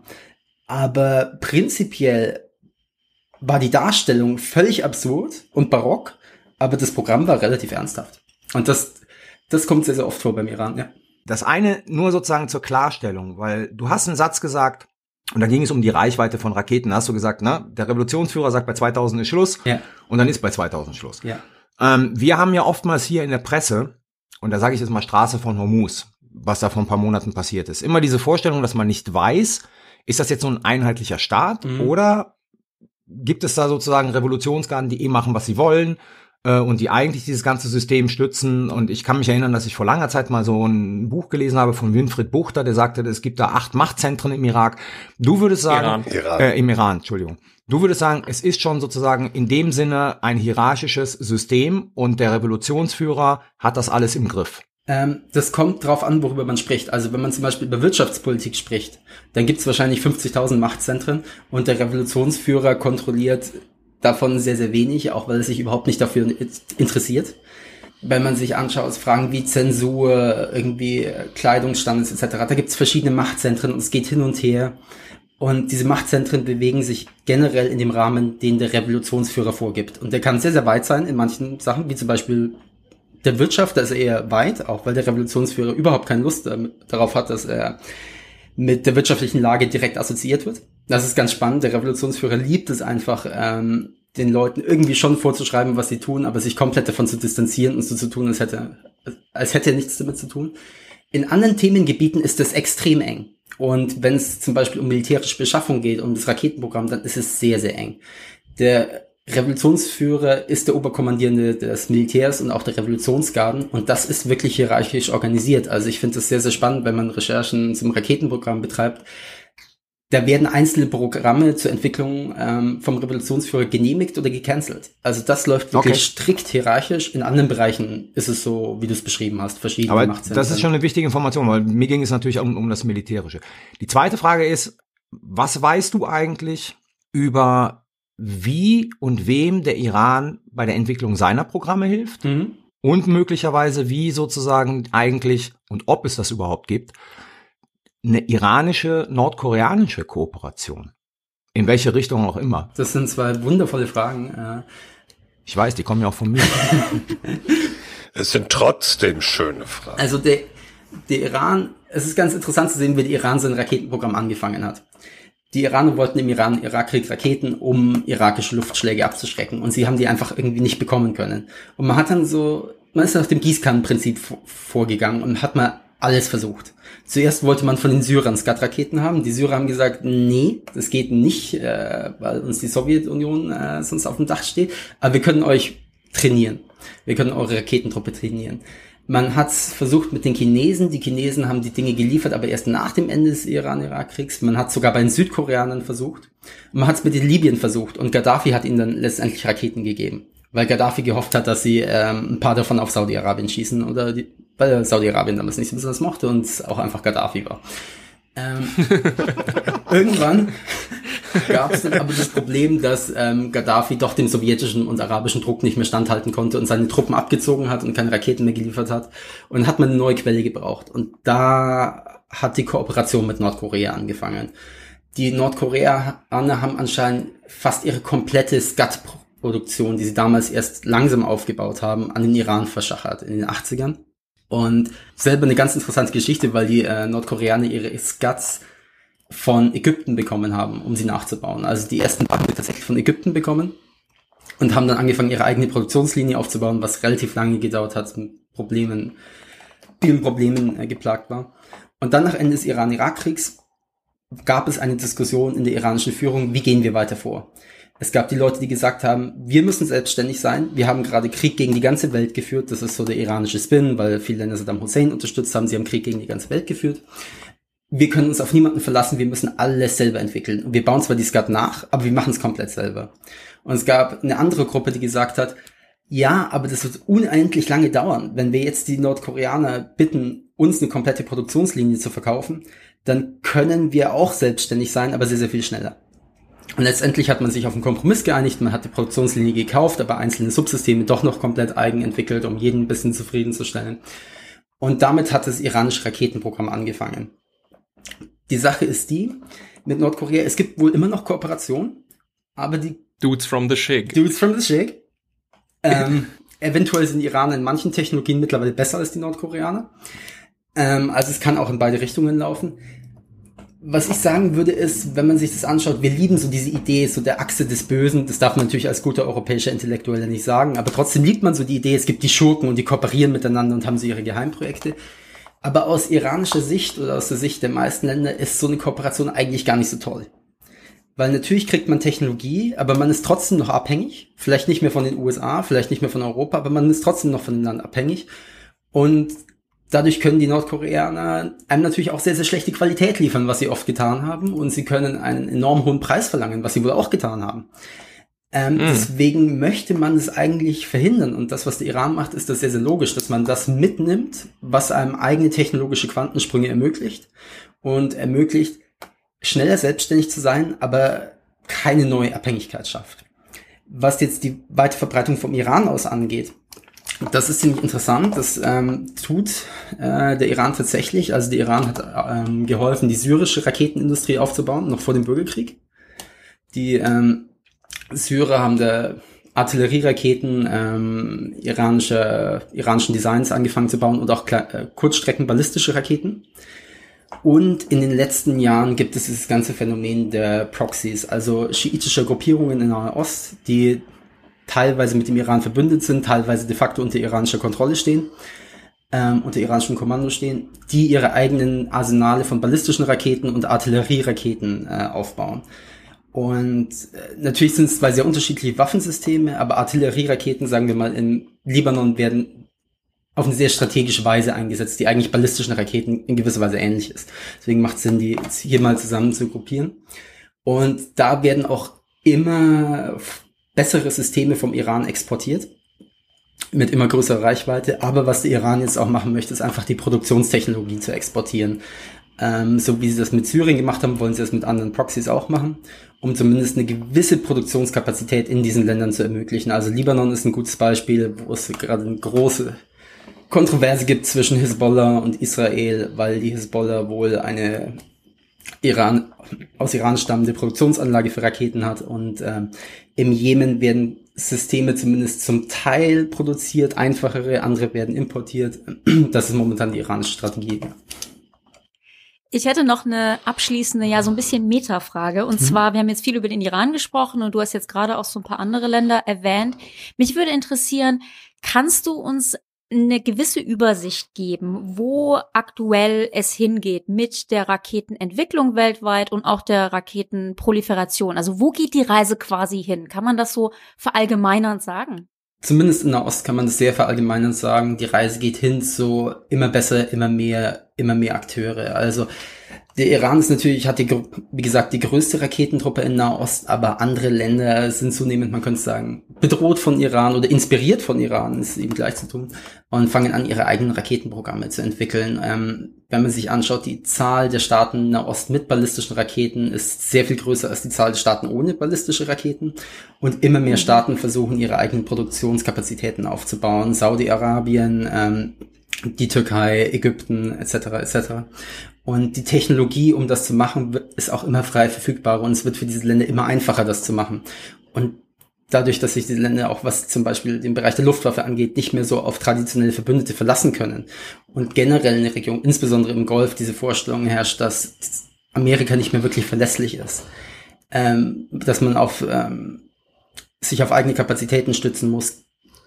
Aber prinzipiell war die Darstellung völlig absurd und barock, aber das Programm war relativ ernsthaft. Und das, das kommt sehr, sehr oft vor beim Iran, ja. Das eine nur sozusagen zur Klarstellung, weil du hast einen Satz gesagt, und da ging es um die Reichweite von Raketen. Da hast du gesagt, ne, der Revolutionsführer sagt, bei zweitausend ist Schluss, ja. Und dann ist bei zweitausend Schluss. Ja. Ähm, wir haben ja oftmals hier in der Presse, und da sage ich jetzt mal Straße von Hormuz, was da vor ein paar Monaten passiert ist, immer diese Vorstellung, dass man nicht weiß, ist das jetzt so ein einheitlicher Staat, mhm. oder gibt es da sozusagen Revolutionsgarden, die eh machen, was sie wollen äh, und die eigentlich dieses ganze System stützen? Und ich kann mich erinnern, dass ich vor langer Zeit mal so ein Buch gelesen habe von Winfried Buchter, der sagte, es gibt da acht Machtzentren im Irak. Du würdest sagen, Iran. Äh, im Iran, Entschuldigung. Du würdest sagen, es ist schon sozusagen in dem Sinne ein hierarchisches System und der Revolutionsführer hat das alles im Griff. Ähm, das kommt drauf an, worüber man spricht. Also wenn man zum Beispiel über Wirtschaftspolitik spricht, dann gibt es wahrscheinlich fünfzigtausend Machtzentren und der Revolutionsführer kontrolliert davon sehr, sehr wenig, auch weil er sich überhaupt nicht dafür interessiert. Wenn man sich anschaut, Fragen wie Zensur, irgendwie Kleidungsstandards et cetera, da gibt es verschiedene Machtzentren und es geht hin und her. Und diese Machtzentren bewegen sich generell in dem Rahmen, den der Revolutionsführer vorgibt. Und der kann sehr, sehr weit sein in manchen Sachen, wie zum Beispiel der Wirtschaft, da ist er eher weit, auch weil der Revolutionsführer überhaupt keine Lust darauf hat, dass er mit der wirtschaftlichen Lage direkt assoziiert wird. Das ist ganz spannend. Der Revolutionsführer liebt es einfach, ähm, den Leuten irgendwie schon vorzuschreiben, was sie tun, aber sich komplett davon zu distanzieren und so zu tun, als hätte, als hätte er nichts damit zu tun. In anderen Themengebieten ist das extrem eng. Und wenn es zum Beispiel um militärische Beschaffung geht, um das Raketenprogramm, dann ist es sehr, sehr eng. Der Revolutionsführer ist der Oberkommandierende des Militärs und auch der Revolutionsgarden und das ist wirklich hierarchisch organisiert. Also ich finde das sehr, sehr spannend, wenn man Recherchen zum Raketenprogramm betreibt. Da werden einzelne Programme zur Entwicklung ähm, vom Revolutionsführer genehmigt oder gecancelt. Also das läuft wirklich okay. strikt hierarchisch. In anderen Bereichen ist es so, wie du es beschrieben hast, verschiedene Aber Machtzentren. Das ist schon eine wichtige Information, weil mir ging es natürlich um, um das Militärische. Die zweite Frage ist, was weißt du eigentlich über wie und wem der Iran bei der Entwicklung seiner Programme hilft mhm. und möglicherweise wie sozusagen eigentlich und ob es das überhaupt gibt, eine iranische, nordkoreanische Kooperation? In welche Richtung auch immer? Das sind zwei wundervolle Fragen. Ich weiß, die kommen ja auch von mir. Es sind trotzdem schöne Fragen. Also der, der Iran, es ist ganz interessant zu sehen, wie der Iran sein Raketenprogramm angefangen hat. Die Iraner wollten im Iran-Irak-Krieg Raketen, um irakische Luftschläge abzuschrecken. Und sie haben die einfach irgendwie nicht bekommen können. Und man hat dann so, man ist nach dem Gießkannenprinzip vorgegangen und hat mal alles versucht. Zuerst wollte man von den Syrern Scud-Raketen haben. Die Syrer haben gesagt, nee, das geht nicht, äh, weil uns die Sowjetunion äh, sonst auf dem Dach steht. Aber wir können euch trainieren. Wir können eure Raketentruppe trainieren. Man hat es versucht mit den Chinesen. Die Chinesen haben die Dinge geliefert, aber erst nach dem Ende des Iran-Irak-Kriegs. Man hat sogar bei den Südkoreanern versucht. Und man hat es mit den Libyern versucht. Und Gaddafi hat ihnen dann letztendlich Raketen gegeben. Weil Gaddafi gehofft hat, dass sie ähm, ein paar davon auf Saudi-Arabien schießen. Oder die, weil Saudi-Arabien damals nicht so besonders mochte und es auch einfach Gaddafi war. Ähm, irgendwann gab es dann aber das Problem, dass ähm, Gaddafi doch dem sowjetischen und arabischen Druck nicht mehr standhalten konnte und seine Truppen abgezogen hat und keine Raketen mehr geliefert hat. Und dann hat man eine neue Quelle gebraucht. Und da hat die Kooperation mit Nordkorea angefangen. Die Nordkoreaner haben anscheinend fast ihre komplette Scud-Produktion, die sie damals erst langsam aufgebaut haben, an den Iran verschachert in den achtzigern. Und selber eine ganz interessante Geschichte, weil die äh, Nordkoreaner ihre Scuds von Ägypten bekommen haben, um sie nachzubauen. Also die ersten haben sie tatsächlich von Ägypten bekommen und haben dann angefangen, ihre eigene Produktionslinie aufzubauen, was relativ lange gedauert hat, mit Problemen, vielen Problemen äh, geplagt war. Und dann nach Ende des Iran-Irak-Kriegs gab es eine Diskussion in der iranischen Führung, wie gehen wir weiter vor? Es gab die Leute, die gesagt haben, wir müssen selbstständig sein. Wir haben gerade Krieg gegen die ganze Welt geführt. Das ist so der iranische Spin, weil viele Länder Saddam Hussein unterstützt haben. Sie haben Krieg gegen die ganze Welt geführt. Wir können uns auf niemanden verlassen. Wir müssen alles selber entwickeln. Und wir bauen zwar die Scud nach, aber wir machen es komplett selber. Und es gab eine andere Gruppe, die gesagt hat, ja, aber das wird unendlich lange dauern. Wenn wir jetzt die Nordkoreaner bitten, uns eine komplette Produktionslinie zu verkaufen, dann können wir auch selbstständig sein, aber sehr, sehr viel schneller. Und letztendlich hat man sich auf einen Kompromiss geeinigt, man hat die Produktionslinie gekauft, aber einzelne Subsysteme doch noch komplett eigen entwickelt, um jeden ein bisschen zufriedenzustellen. Und damit hat das iranische Raketenprogramm angefangen. Die Sache ist die, mit Nordkorea, es gibt wohl immer noch Kooperation, aber die Dudes from the Shig. Dudes from the Shig. ähm, eventuell sind die Iraner in manchen Technologien mittlerweile besser als die Nordkoreaner. Ähm, also es kann auch in beide Richtungen laufen. Was ich sagen würde ist, wenn man sich das anschaut, wir lieben so diese Idee, so der Achse des Bösen, das darf man natürlich als guter europäischer Intellektueller nicht sagen, aber trotzdem liebt man so die Idee, es gibt die Schurken und die kooperieren miteinander und haben so ihre Geheimprojekte. Aber aus iranischer Sicht oder aus der Sicht der meisten Länder ist so eine Kooperation eigentlich gar nicht so toll. Weil natürlich kriegt man Technologie, aber man ist trotzdem noch abhängig. Vielleicht nicht mehr von den U S A, vielleicht nicht mehr von Europa, aber man ist trotzdem noch von dem Land abhängig. Und dadurch können die Nordkoreaner einem natürlich auch sehr, sehr schlechte Qualität liefern, was sie oft getan haben. Und sie können einen enorm hohen Preis verlangen, was sie wohl auch getan haben. Ähm, mm. Deswegen möchte man es eigentlich verhindern. Und das, was der Iran macht, ist das sehr, sehr logisch, dass man das mitnimmt, was einem eigene technologische Quantensprünge ermöglicht. Und ermöglicht, schneller selbstständig zu sein, aber keine neue Abhängigkeit schafft. Was jetzt die weite Verbreitung vom Iran aus angeht, das ist ziemlich interessant. Das ähm, tut äh, der Iran tatsächlich. Also der Iran hat ähm, geholfen, die syrische Raketenindustrie aufzubauen, noch vor dem Bürgerkrieg. Die ähm, Syrer haben da Artillerieraketen ähm, iranische, iranischen Designs angefangen zu bauen und auch äh, Kurzstrecken-ballistische Raketen. Und in den letzten Jahren gibt es dieses ganze Phänomen der Proxys, also schiitische Gruppierungen in Nahe Ost, die teilweise mit dem Iran verbündet sind, teilweise de facto unter iranischer Kontrolle stehen, ähm, unter iranischem Kommando stehen, die ihre eigenen Arsenale von ballistischen Raketen und Artillerieraketen äh, aufbauen. Und äh, natürlich sind es zwei sehr unterschiedliche Waffensysteme, aber Artillerieraketen, sagen wir mal, im Libanon werden auf eine sehr strategische Weise eingesetzt, die eigentlich ballistischen Raketen in gewisser Weise ähnlich ist. Deswegen macht es Sinn, die hier mal zusammen zu gruppieren. Und da werden auch immer bessere Systeme vom Iran exportiert, mit immer größerer Reichweite. Aber was der Iran jetzt auch machen möchte, ist einfach die Produktionstechnologie zu exportieren. Ähm, so wie sie das mit Syrien gemacht haben, wollen sie das mit anderen Proxys auch machen, um zumindest eine gewisse Produktionskapazität in diesen Ländern zu ermöglichen. Also Libanon ist ein gutes Beispiel, wo es gerade eine große Kontroverse gibt zwischen Hisbollah und Israel, weil die Hisbollah wohl eine Iran, aus Iran stammende Produktionsanlage für Raketen hat und ähm, im Jemen werden Systeme zumindest zum Teil produziert, einfachere, andere werden importiert. Das ist momentan die iranische Strategie. Ich hätte noch eine abschließende, ja, so ein bisschen Metafrage. Und mhm. zwar, wir haben jetzt viel über den Iran gesprochen und du hast jetzt gerade auch so ein paar andere Länder erwähnt. Mich würde interessieren, kannst du uns eine gewisse Übersicht geben, wo aktuell es hingeht mit der Raketenentwicklung weltweit und auch der Raketenproliferation? Also wo geht die Reise quasi hin? Kann man das so verallgemeinernd sagen? Zumindest in Nahost kann man das sehr verallgemeinernd sagen. Die Reise geht hin zu immer besser, immer mehr, immer mehr Akteure. Also der Iran ist natürlich, hat die, wie gesagt, die größte Raketentruppe in Nahost, aber andere Länder sind zunehmend, man könnte sagen, bedroht von Iran oder inspiriert von Iran, ist eben gleich zu tun, und fangen an, ihre eigenen Raketenprogramme zu entwickeln. Ähm, wenn man sich anschaut, die Zahl der Staaten in Nahost mit ballistischen Raketen ist sehr viel größer als die Zahl der Staaten ohne ballistische Raketen. Und immer mehr Staaten versuchen, ihre eigenen Produktionskapazitäten aufzubauen. Saudi-Arabien, ähm, die Türkei, Ägypten, et cetera, et cetera. Und die Technologie, um das zu machen, ist auch immer frei verfügbar und es wird für diese Länder immer einfacher, das zu machen. Und dadurch, dass sich diese Länder auch, was zum Beispiel den Bereich der Luftwaffe angeht, nicht mehr so auf traditionelle Verbündete verlassen können und generell in der Region, insbesondere im Golf, diese Vorstellung herrscht, dass Amerika nicht mehr wirklich verlässlich ist, ähm, dass man auf ähm, sich auf eigene Kapazitäten stützen muss,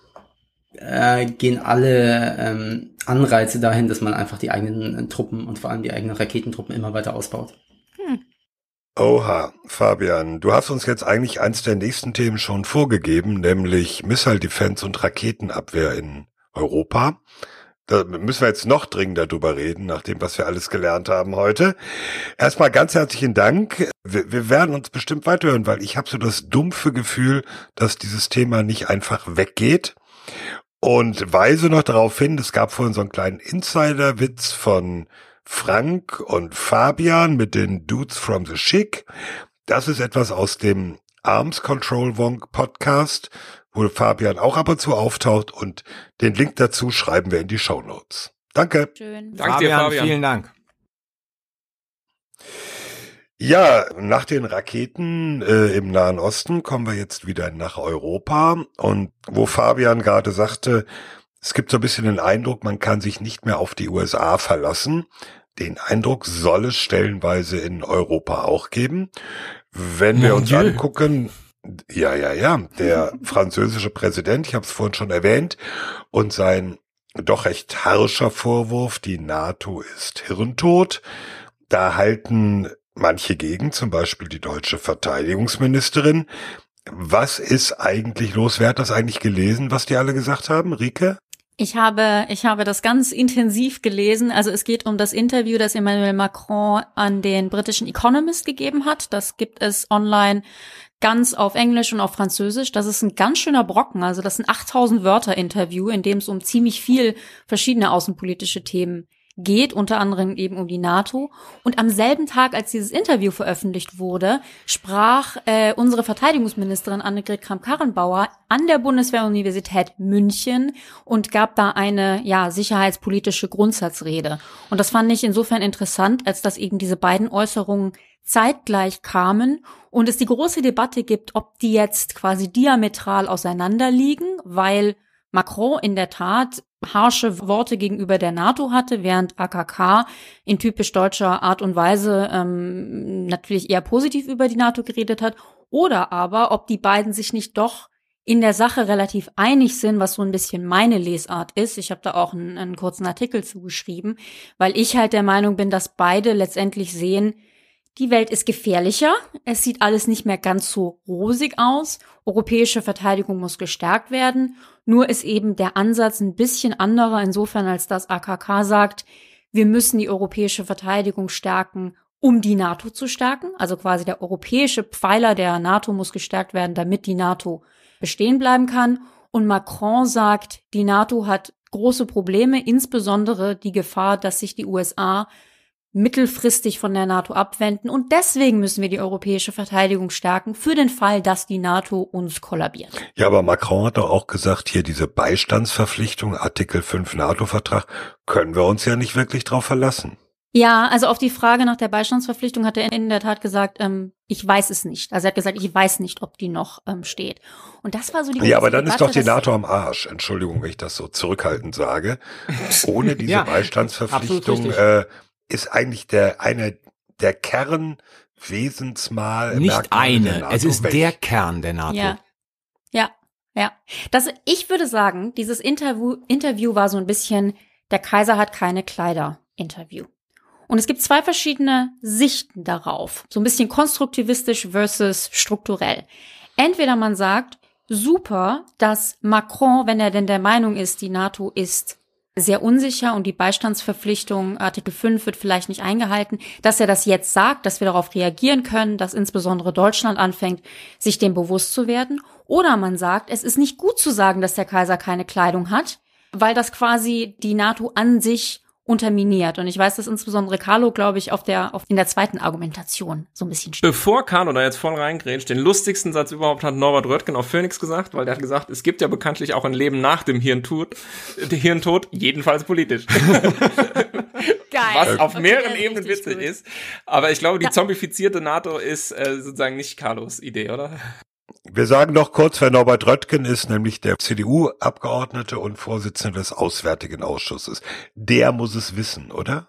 äh, gehen alle ähm, Anreize dahin, dass man einfach die eigenen äh, Truppen und vor allem die eigenen Raketentruppen immer weiter ausbaut. Hm. Oha, Fabian, du hast uns jetzt eigentlich eins der nächsten Themen schon vorgegeben, nämlich Missile Defense und Raketenabwehr in Europa. Da müssen wir jetzt noch dringender drüber reden, nach dem, was wir alles gelernt haben heute. Erstmal ganz herzlichen Dank. Wir, wir werden uns bestimmt weiterhören, weil ich habe so das dumpfe Gefühl, dass dieses Thema nicht einfach weggeht. Und weise noch darauf hin, es gab vorhin so einen kleinen Insider-Witz von Frank und Fabian mit den Dudes from the Chic. Das ist etwas aus dem Arms Control Wonk Podcast, wo Fabian auch ab und zu auftaucht, und den Link dazu schreiben wir in die Shownotes. Danke. Schön. Danke dir, Fabian. Vielen Dank. Ja, nach den Raketen äh, im Nahen Osten kommen wir jetzt wieder nach Europa, und wo Fabian gerade sagte, es gibt so ein bisschen den Eindruck, man kann sich nicht mehr auf die U S A verlassen. Den Eindruck soll es stellenweise in Europa auch geben. Wenn wir uns angucken, ja, ja, ja, der französische Präsident, ich habe es vorhin schon erwähnt, und sein doch recht harscher Vorwurf, die NATO ist hirntot, da halten manche gegen, zum Beispiel die deutsche Verteidigungsministerin. Was ist eigentlich los? Wer hat das eigentlich gelesen, was die alle gesagt haben? Rike? Ich habe, ich habe das ganz intensiv gelesen. Also es geht um das Interview, das Emmanuel Macron an den britischen Economist gegeben hat. Das gibt es online ganz auf Englisch und auf Französisch. Das ist ein ganz schöner Brocken. Also das ist ein achttausend Wörter Interview, in dem es um ziemlich viel verschiedene außenpolitische Themen geht, unter anderem eben um die NATO. Und am selben Tag, als dieses Interview veröffentlicht wurde, sprach äh, unsere Verteidigungsministerin Annegret Kramp-Karrenbauer an der Bundeswehr-Universität München und gab da eine ja sicherheitspolitische Grundsatzrede. Und das fand ich insofern interessant, als dass eben diese beiden Äußerungen zeitgleich kamen und es die große Debatte gibt, ob die jetzt quasi diametral auseinanderliegen, weil Macron in der Tat harsche Worte gegenüber der NATO hatte, während A K K in typisch deutscher Art und Weise ähm, natürlich eher positiv über die NATO geredet hat, oder aber ob die beiden sich nicht doch in der Sache relativ einig sind, was so ein bisschen meine Lesart ist. Ich habe da auch einen, einen kurzen Artikel zugeschrieben, weil ich halt der Meinung bin, dass beide letztendlich sehen, die Welt ist gefährlicher, es sieht alles nicht mehr ganz so rosig aus, europäische Verteidigung muss gestärkt werden, nur ist eben der Ansatz ein bisschen anderer insofern, als dass A K K sagt, wir müssen die europäische Verteidigung stärken, um die NATO zu stärken, also quasi der europäische Pfeiler der NATO muss gestärkt werden, damit die NATO bestehen bleiben kann, und Macron sagt, die NATO hat große Probleme, insbesondere die Gefahr, dass sich die U S A mittelfristig von der NATO abwenden und deswegen müssen wir die europäische Verteidigung stärken für den Fall, dass die NATO uns kollabiert. Ja, aber Macron hat doch auch gesagt, hier diese Beistandsverpflichtung, Artikel fünf NATO-Vertrag, können wir uns ja nicht wirklich drauf verlassen. Ja, also auf die Frage nach der Beistandsverpflichtung hat er in der Tat gesagt, ähm, ich weiß es nicht. Also er hat gesagt, ich weiß nicht, ob die noch ähm, steht. Und das war so die Ja, aber dann Debatte, ist doch die NATO am Arsch. Entschuldigung, wenn ich das so zurückhaltend sage. Ohne diese ja, Beistandsverpflichtung äh, ist eigentlich der eine der Kernwesensmal nicht eine, NATO es ist weg. der Kern der NATO. Ja, ja, ja. Das, ich würde sagen, dieses Interview, Interview war so ein bisschen, der Kaiser hat keine Kleider Interview. Und es gibt zwei verschiedene Sichten darauf. So ein bisschen konstruktivistisch versus strukturell. Entweder man sagt, super, dass Macron, wenn er denn der Meinung ist, die NATO ist sehr unsicher und die Beistandsverpflichtung, Artikel fünf wird vielleicht nicht eingehalten, dass er das jetzt sagt, dass wir darauf reagieren können, dass insbesondere Deutschland anfängt, sich dem bewusst zu werden. Oder man sagt, es ist nicht gut zu sagen, dass der Kaiser keine Kleidung hat, weil das quasi die NATO an sich unterminiert. Und ich weiß, dass insbesondere Carlo, glaube ich, auf der auf in der zweiten Argumentation so ein bisschen steht. Bevor Carlo da jetzt voll reingrätscht, den lustigsten Satz überhaupt hat Norbert Röttgen auf Phoenix gesagt, weil der hat gesagt, es gibt ja bekanntlich auch ein Leben nach dem Hirntod, der Hirntod, jedenfalls politisch. Geil. Was auf Okay, mehreren das ist Ebenen richtig witzig gut. ist. Aber ich glaube, die Ja. zombifizierte NATO ist äh, sozusagen nicht Carlos Idee, oder? Wir sagen noch kurz, wer Norbert Röttgen ist, nämlich der C D U-Abgeordnete und Vorsitzende des Auswärtigen Ausschusses. Der muss es wissen, oder?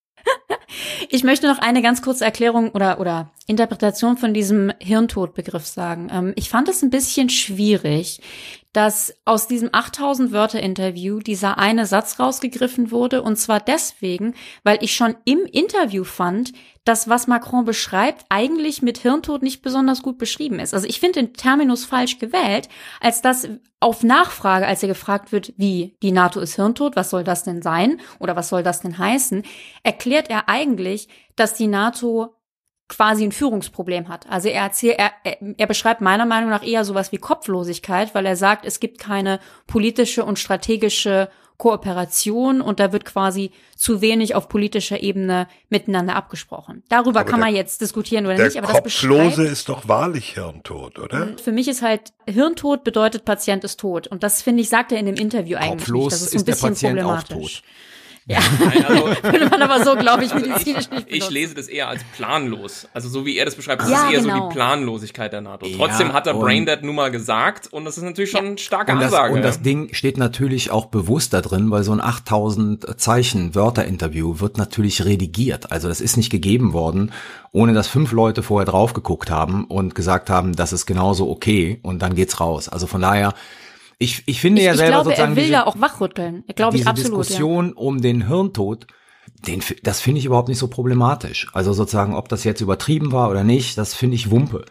Ich möchte noch eine ganz kurze Erklärung oder oder Interpretation von diesem Hirntodbegriff sagen. Ähm, ich fand es ein bisschen schwierig, dass aus diesem achttausend Wörter Interview dieser eine Satz rausgegriffen wurde, und zwar deswegen, weil ich schon im Interview fand, dass was Macron beschreibt, eigentlich mit Hirntod nicht besonders gut beschrieben ist. Also ich finde den Terminus falsch gewählt, als dass auf Nachfrage, als er gefragt wird, wie die NATO ist Hirntod, was soll das denn sein oder was soll das denn heißen, erklärt er eigentlich, dass die NATO quasi ein Führungsproblem hat. Also er erzählt, er, er beschreibt meiner Meinung nach eher sowas wie Kopflosigkeit, weil er sagt, es gibt keine politische und strategische Kooperation und da wird quasi zu wenig auf politischer Ebene miteinander abgesprochen. Darüber Aber kann der- man jetzt diskutieren oder Der nicht, aber das Kopflose beschreibt, ist doch wahrlich Hirntod, oder? für mich ist halt, Hirntod bedeutet, Patient ist tot. Und das, finde ich, sagt er in dem Interview eigentlich Kopflos nicht. Das ist so ein ist der bisschen Patient auch problematisch. tot. Ja, Nein, also, würde man aber so, glaube ich, medizinisch nicht ich benutzen. lese das eher als planlos. Also so wie er das beschreibt, das Ja, ist eher genau. so die Planlosigkeit der NATO. Ja, Trotzdem hat er und- Braindead nun mal gesagt und das ist natürlich schon eine starke Und das, Ansage. und das ja. Ding steht natürlich auch bewusst da drin, weil so ein achttausend Zeichen Wörter-Interview wird natürlich redigiert. Also das ist nicht gegeben worden, ohne dass fünf Leute vorher drauf geguckt haben und gesagt haben, das ist genauso okay und dann geht's raus. Also von daher, ich, ich finde Ich, ja ich selber glaube, sozusagen er will diese, da auch wachrütteln. Glaube ich diese absolut, ja. Diskussion um den Hirntod, den, f- das finde ich überhaupt nicht so problematisch. Also sozusagen, ob das jetzt übertrieben war oder nicht, das finde ich Wumpe.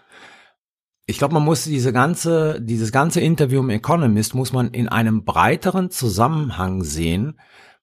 Ich glaube, man muss diese ganze, dieses ganze Interview im Economist muss man in einem breiteren Zusammenhang sehen,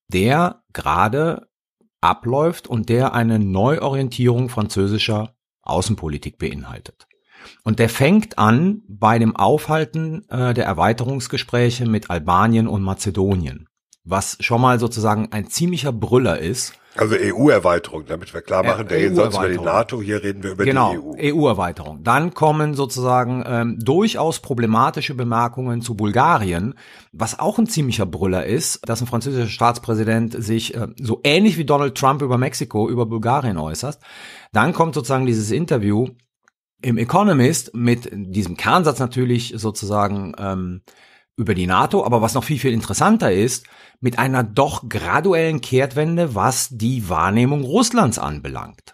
der gerade abläuft und der eine Neuorientierung französischer Außenpolitik beinhaltet. Und der fängt an bei dem Aufhalten äh, der Erweiterungsgespräche mit Albanien und Mazedonien, was schon mal sozusagen ein ziemlicher Brüller ist. Also E U-Erweiterung, damit wir klar machen, Äh, der hier sonst über die E U-Erweiterung. NATO, hier reden wir über Genau, die E U. E U-Erweiterung. Dann kommen sozusagen ähm, durchaus problematische Bemerkungen zu Bulgarien, was auch ein ziemlicher Brüller ist, dass ein französischer Staatspräsident sich äh, so ähnlich wie Donald Trump über Mexiko über Bulgarien äußert. Dann kommt sozusagen dieses Interview im Economist mit diesem Kernsatz natürlich sozusagen ähm, über die NATO, aber was noch viel, viel interessanter ist, mit einer doch graduellen Kehrtwende, was die Wahrnehmung Russlands anbelangt.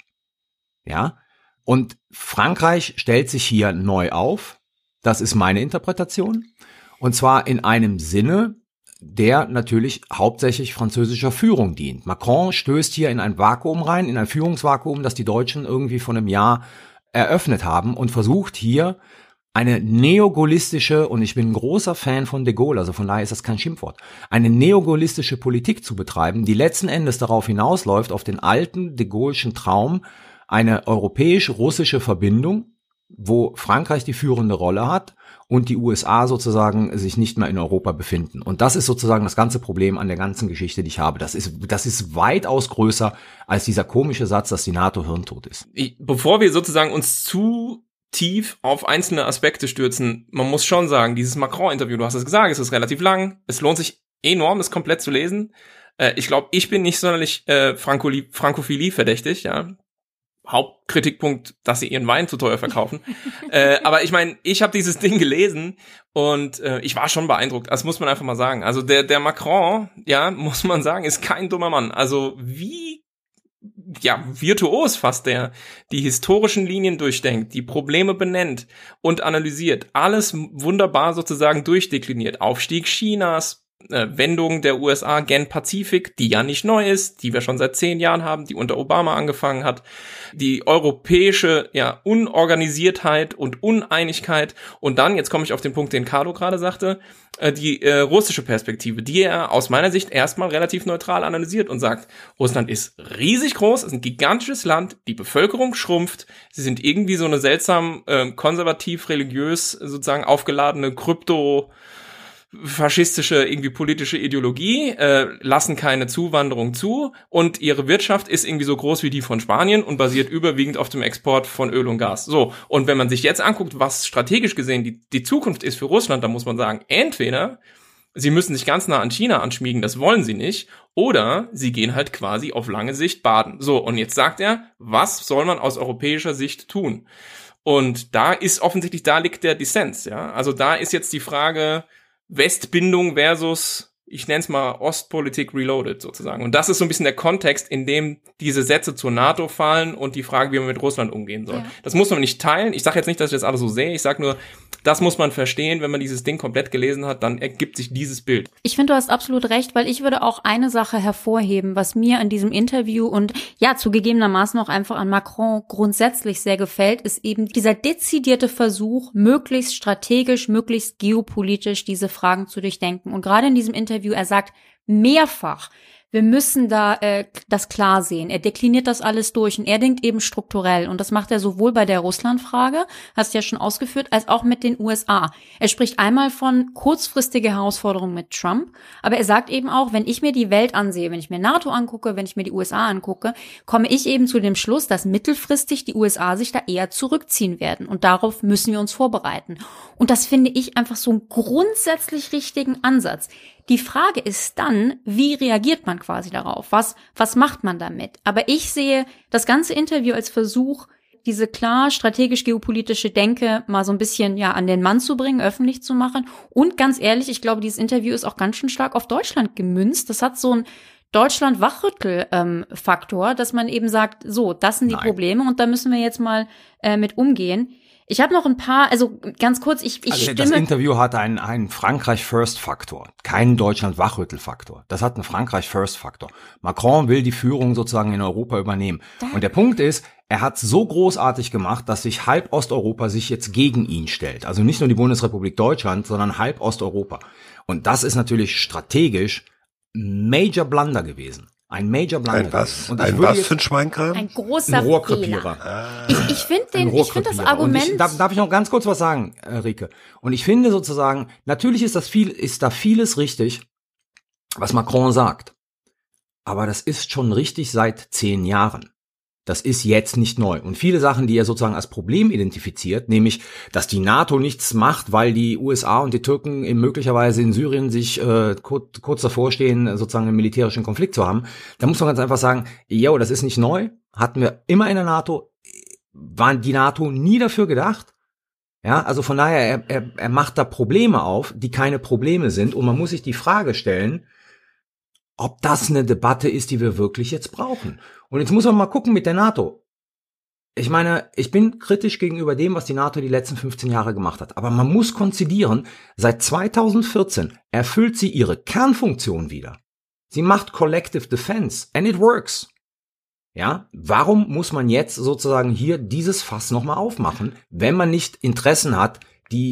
Ja, und Frankreich stellt sich hier neu auf, das ist meine Interpretation, und zwar in einem Sinne, der natürlich hauptsächlich französischer Führung dient. Macron stößt hier in ein Vakuum rein, in ein Führungsvakuum, das die Deutschen irgendwie vor einem Jahr eröffnet haben und versucht hier eine neogaullistische, und ich bin ein großer Fan von de Gaulle, also von daher ist das kein Schimpfwort, eine neogaullistische Politik zu betreiben, die letzten Endes darauf hinausläuft, auf den alten de Gaulle'schen Traum, eine europäisch-russische Verbindung, wo Frankreich die führende Rolle hat und die U S A sozusagen sich nicht mehr in Europa befinden. Und das ist sozusagen das ganze Problem an der ganzen Geschichte, die ich habe. Das ist, das ist weitaus größer als dieser komische Satz, dass die NATO hirntot ist. Ich, bevor wir sozusagen uns zu tief auf einzelne Aspekte stürzen, man muss schon sagen, dieses Macron-Interview, du hast es gesagt, es ist relativ lang, es lohnt sich enorm, es komplett zu lesen. Äh, ich glaube, ich bin nicht sonderlich äh, Frankoli- Frankophilie verdächtig, ja. Hauptkritikpunkt, dass sie ihren Wein zu teuer verkaufen. äh, aber ich meine, ich habe dieses Ding gelesen und äh, ich war schon beeindruckt. Das muss man einfach mal sagen. Also der der Macron, ja, muss man sagen, ist kein dummer Mann. Also wie ja virtuos fast der die historischen Linien durchdenkt, die Probleme benennt und analysiert, alles wunderbar sozusagen durchdekliniert. Aufstieg Chinas, Äh, Wendung der U S A gen Pazifik, die ja nicht neu ist, die wir schon seit zehn Jahren haben, die unter Obama angefangen hat, die europäische ja Unorganisiertheit und Uneinigkeit und dann, jetzt komme ich auf den Punkt, den Carlo gerade sagte, äh, die äh, russische Perspektive, die er aus meiner Sicht erstmal relativ neutral analysiert und sagt, Russland ist riesig groß, ist ein gigantisches Land, die Bevölkerung schrumpft, sie sind irgendwie so eine seltsam äh, konservativ-religiös sozusagen aufgeladene Krypto- faschistische, irgendwie politische Ideologie, äh, lassen keine Zuwanderung zu und ihre Wirtschaft ist irgendwie so groß wie die von Spanien und basiert überwiegend auf dem Export von Öl und Gas. So, und wenn man sich jetzt anguckt, was strategisch gesehen die, die Zukunft ist für Russland, dann muss man sagen, entweder sie müssen sich ganz nah an China anschmiegen, das wollen sie nicht, oder sie gehen halt quasi auf lange Sicht baden. So, und jetzt sagt er, was soll man aus europäischer Sicht tun? Und da ist offensichtlich, da liegt der Dissens, ja. Also da ist jetzt die Frage, Westbindung versus, ich nenne es mal Ostpolitik reloaded sozusagen. Und das ist so ein bisschen der Kontext, in dem diese Sätze zur NATO fallen und die Frage, wie man mit Russland umgehen soll. Ja. Das muss man nicht teilen. Ich sage jetzt nicht, dass ich das alles so sehe. Ich sage nur, das muss man verstehen. Wenn man dieses Ding komplett gelesen hat, dann ergibt sich dieses Bild. Ich finde, du hast absolut recht, weil ich würde auch eine Sache hervorheben, was mir an diesem Interview und ja, zugegebenermaßen auch einfach an Macron grundsätzlich sehr gefällt, ist eben dieser dezidierte Versuch, möglichst strategisch, möglichst geopolitisch diese Fragen zu durchdenken. Und gerade in diesem Interview, er sagt mehrfach, wir müssen da äh, das klar sehen. Er dekliniert das alles durch und er denkt eben strukturell. Und das macht er sowohl bei der Russland-Frage, hast du ja schon ausgeführt, als auch mit den U S A. Er spricht einmal von kurzfristige Herausforderungen mit Trump, aber er sagt eben auch, wenn ich mir die Welt ansehe, wenn ich mir NATO angucke, wenn ich mir die U S A angucke, komme ich eben zu dem Schluss, dass mittelfristig die U S A sich da eher zurückziehen werden. Und darauf müssen wir uns vorbereiten. Und das finde ich einfach so einen grundsätzlich richtigen Ansatz. Die Frage ist dann, wie reagiert man quasi darauf? Was, was macht man damit? Aber ich sehe das ganze Interview als Versuch, diese klar strategisch-geopolitische Denke mal so ein bisschen ja an den Mann zu bringen, öffentlich zu machen. Und ganz ehrlich, ich glaube, dieses Interview ist auch ganz schön stark auf Deutschland gemünzt. Das hat so ein Deutschland-Wachrüttel-Faktor, ähm, dass man eben sagt, so, das sind die Nein. Probleme und da müssen wir jetzt mal äh, mit umgehen. Ich habe noch ein paar, also ganz kurz, ich, ich also stimme... Das Interview hat einen, einen Frankreich-First-Faktor, keinen Deutschland-Wachrüttel-Faktor. Das hat einen Frankreich-First-Faktor. Macron will die Führung sozusagen in Europa übernehmen. Da. Und der Punkt ist, er hat so großartig gemacht, dass sich halb Osteuropa sich jetzt gegen ihn stellt. Also nicht nur die Bundesrepublik Deutschland, sondern halb Osteuropa. Und das ist natürlich strategisch Major Blunder gewesen. Ein Major Blunder. Ein was? Und ein was für ein Schweinkram? Ein großer ein Rohrkrepierer. Fehler. Ich, ich finde den, ich finde das Argument. Ich, darf, darf ich noch ganz kurz was sagen, äh, Rike? Und ich finde sozusagen, natürlich ist das viel, ist da vieles richtig, was Macron sagt. Aber das ist schon richtig seit zehn Jahren. Das ist jetzt nicht neu. Und viele Sachen, die er sozusagen als Problem identifiziert, nämlich, dass die NATO nichts macht, weil die U S A und die Türken eben möglicherweise in Syrien sich äh, kurz, kurz davor stehen, sozusagen einen militärischen Konflikt zu haben, da muss man ganz einfach sagen, jo, das ist nicht neu, hatten wir immer in der NATO, war die NATO nie dafür gedacht. Ja, also von daher, er, er, er macht da Probleme auf, die keine Probleme sind. Und man muss sich die Frage stellen, ob das eine Debatte ist, die wir wirklich jetzt brauchen. Und jetzt muss man mal gucken mit der NATO. Ich meine, ich bin kritisch gegenüber dem, was die NATO die letzten fünfzehn Jahre gemacht hat. Aber man muss konzidieren, seit zweitausendvierzehn erfüllt sie ihre Kernfunktion wieder. Sie macht Collective Defense and it works. Ja, warum muss man jetzt sozusagen hier dieses Fass nochmal aufmachen, wenn man nicht Interessen hat, die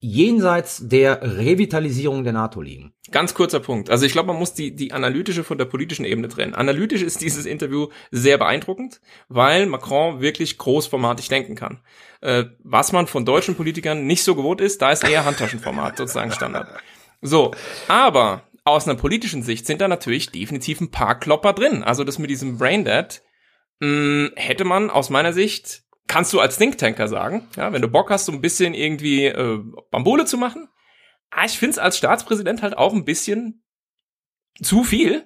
jenseits der Revitalisierung der NATO liegen. Ganz kurzer Punkt. Also ich glaube, man muss die die analytische von der politischen Ebene trennen. Analytisch ist dieses Interview sehr beeindruckend, weil Macron wirklich großformatig denken kann. Äh, was man von deutschen Politikern nicht so gewohnt ist, da ist eher Handtaschenformat sozusagen Standard. So, aber aus einer politischen Sicht sind da natürlich definitiv ein paar Klopper drin. Also das mit diesem Braindead mh, hätte man aus meiner Sicht, kannst du als Thinktanker sagen, ja, wenn du Bock hast, so ein bisschen irgendwie äh, Bambole zu machen. Ah, ich find's als Staatspräsident halt auch ein bisschen zu viel.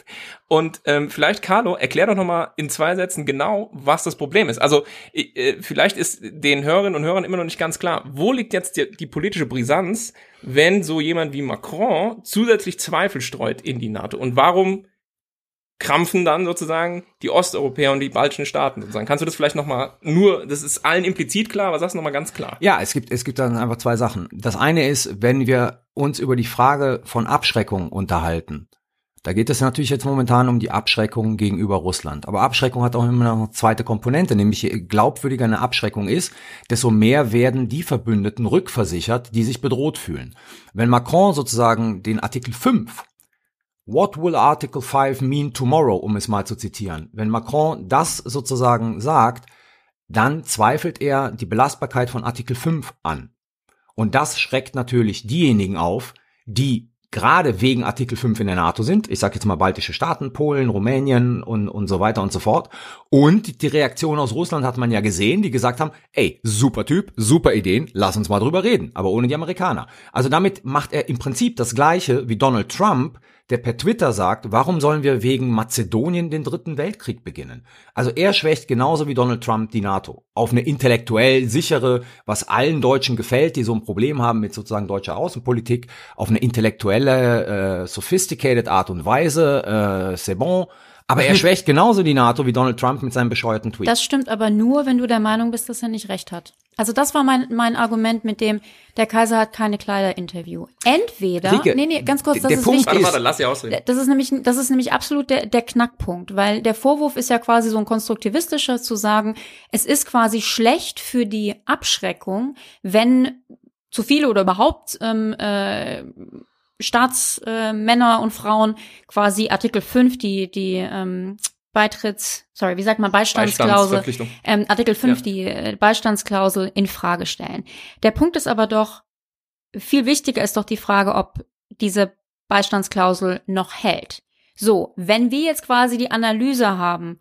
Und ähm, vielleicht, Carlo, erklär doch nochmal in zwei Sätzen genau, was das Problem ist. Also äh, vielleicht ist den Hörerinnen und Hörern immer noch nicht ganz klar, wo liegt jetzt die, die politische Brisanz, wenn so jemand wie Macron zusätzlich Zweifel streut in die NATO? Und warum krampfen dann sozusagen die Osteuropäer und die baltischen Staaten sozusagen? Kannst du das vielleicht nochmal nur, das ist allen implizit klar, aber sag's nochmal ganz klar. Ja, es gibt, es gibt dann einfach zwei Sachen. Das eine ist, wenn wir uns über die Frage von Abschreckung unterhalten, da geht es natürlich jetzt momentan um die Abschreckung gegenüber Russland. Aber Abschreckung hat auch immer noch eine zweite Komponente, nämlich je glaubwürdiger eine Abschreckung ist, desto mehr werden die Verbündeten rückversichert, die sich bedroht fühlen. Wenn Macron sozusagen den Artikel fünf, What will Article five mean tomorrow, um es mal zu zitieren, wenn Macron das sozusagen sagt, dann zweifelt er die Belastbarkeit von Artikel fünf an. Und das schreckt natürlich diejenigen auf, die gerade wegen Artikel fünf in der NATO sind, ich sage jetzt mal baltische Staaten, Polen, Rumänien und und so weiter und so fort. Und die Reaktion aus Russland hat man ja gesehen, die gesagt haben, ey, super Typ, super Ideen, lass uns mal drüber reden, aber ohne die Amerikaner. Also damit macht er im Prinzip das Gleiche wie Donald Trump, der per Twitter sagt, warum sollen wir wegen Mazedonien den dritten Weltkrieg beginnen? Also er schwächt genauso wie Donald Trump die NATO. Auf eine intellektuell sichere, was allen Deutschen gefällt, die so ein Problem haben mit sozusagen deutscher Außenpolitik, auf eine intellektuelle, äh, sophisticated Art und Weise, äh, c'est bon. Aber er schwächt genauso die NATO wie Donald Trump mit seinem bescheuerten Tweet. Das stimmt aber nur, wenn du der Meinung bist, dass er nicht recht hat. Also das war mein mein Argument mit dem, der Kaiser hat keine Kleider-Interview. Entweder, Rieke, nee, nee, ganz kurz, das der ist Punkt wichtig. Warte, warte, lass sie ausreden. Das ist nämlich, das ist nämlich absolut der, der Knackpunkt, weil der Vorwurf ist ja quasi so ein konstruktivistischer, zu sagen, es ist quasi schlecht für die Abschreckung, wenn zu viele oder überhaupt ähm, äh, Staatsmänner äh, und Frauen quasi Artikel fünf, die die ähm, Beitritts, sorry, wie sagt man, Beistandsklausel, ähm, Artikel fünf, ja. die äh, Beistandsklausel in Frage stellen. Der Punkt ist aber doch, viel wichtiger ist doch die Frage, ob diese Beistandsklausel noch hält. So, wenn wir jetzt quasi die Analyse haben,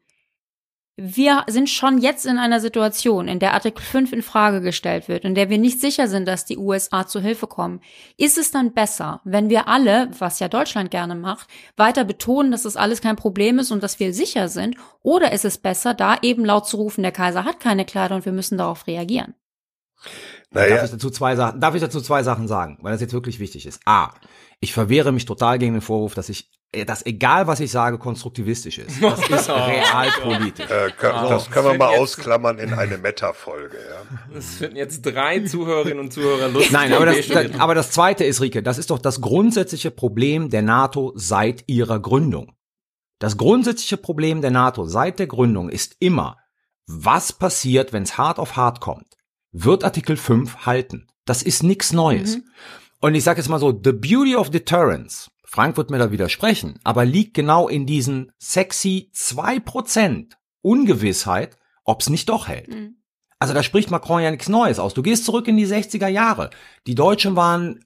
wir sind schon jetzt in einer Situation, in der Artikel fünf in Frage gestellt wird, in der wir nicht sicher sind, dass die U S A zu Hilfe kommen. Ist es dann besser, wenn wir alle, was ja Deutschland gerne macht, weiter betonen, dass das alles kein Problem ist und dass wir sicher sind? Oder ist es besser, da eben laut zu rufen, der Kaiser hat keine Kleider und wir müssen darauf reagieren? Naja. Darf ich dazu zwei Sachen, darf ich dazu zwei Sachen sagen, weil das jetzt wirklich wichtig ist. A, ich verwehre mich total gegen den Vorwurf, dass ich, dass egal was ich sage, konstruktivistisch ist. Das ist realpolitisch. Äh, kann, das können wir mal ausklammern in eine Meta-Folge, ja. Das finden jetzt drei Zuhörerinnen und Zuhörer lustig. Nein, aber das, das, aber das Zweite ist, Rieke, das ist doch das grundsätzliche Problem der NATO seit ihrer Gründung. Das grundsätzliche Problem der NATO seit der Gründung ist immer, was passiert, wenn es hart auf hart kommt? Wird Artikel fünf halten? Das ist nichts Neues. Mhm. Und ich sage jetzt mal so, the beauty of deterrence, Frank wird mir da widersprechen, aber liegt genau in diesen sexy zwei Prozent Ungewissheit, ob es nicht doch hält. Mhm. Also da spricht Macron ja nichts Neues aus. Du gehst zurück in die sechziger Jahre. Die Deutschen waren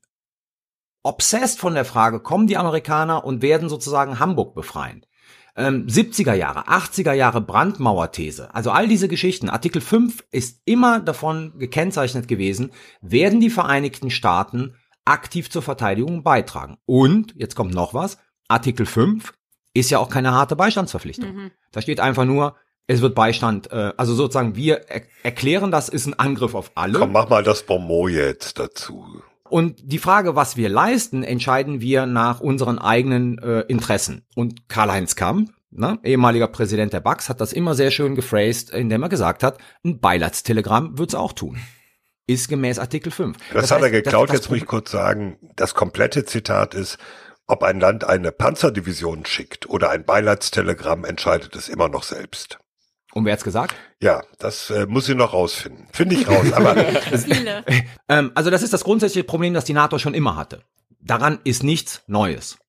obsessed von der Frage, kommen die Amerikaner und werden sozusagen Hamburg befreien. Ähm, siebziger Jahre, achtziger Jahre Brandmauerthese, also all diese Geschichten. Artikel fünf ist immer davon gekennzeichnet gewesen, werden die Vereinigten Staaten aktiv zur Verteidigung beitragen. Und, jetzt kommt noch was, Artikel fünf ist ja auch keine harte Beistandsverpflichtung. Mhm. Da steht einfach nur, es wird Beistand, äh, also sozusagen wir er- erklären, das ist ein Angriff auf alle. Komm, mach mal das Bonmot jetzt dazu. Und die Frage, was wir leisten, entscheiden wir nach unseren eigenen äh, Interessen. Und Karl-Heinz Kamp, ne, ehemaliger Präsident der B A X, hat das immer sehr schön gephrased, indem er gesagt hat, ein Beileidstelegramm wird's auch tun. Ist gemäß Artikel fünf. Das, das hat heißt, er geklaut, das, das jetzt muss ich kurz sagen, das komplette Zitat ist, ob ein Land eine Panzerdivision schickt oder ein Beileidstelegramm, entscheidet es immer noch selbst. Und wer hat's gesagt? Ja, das äh, muss ich noch rausfinden. Finde ich raus. Aber Viele. ähm, also das ist das grundsätzliche Problem, das die NATO schon immer hatte. Daran ist nichts Neues.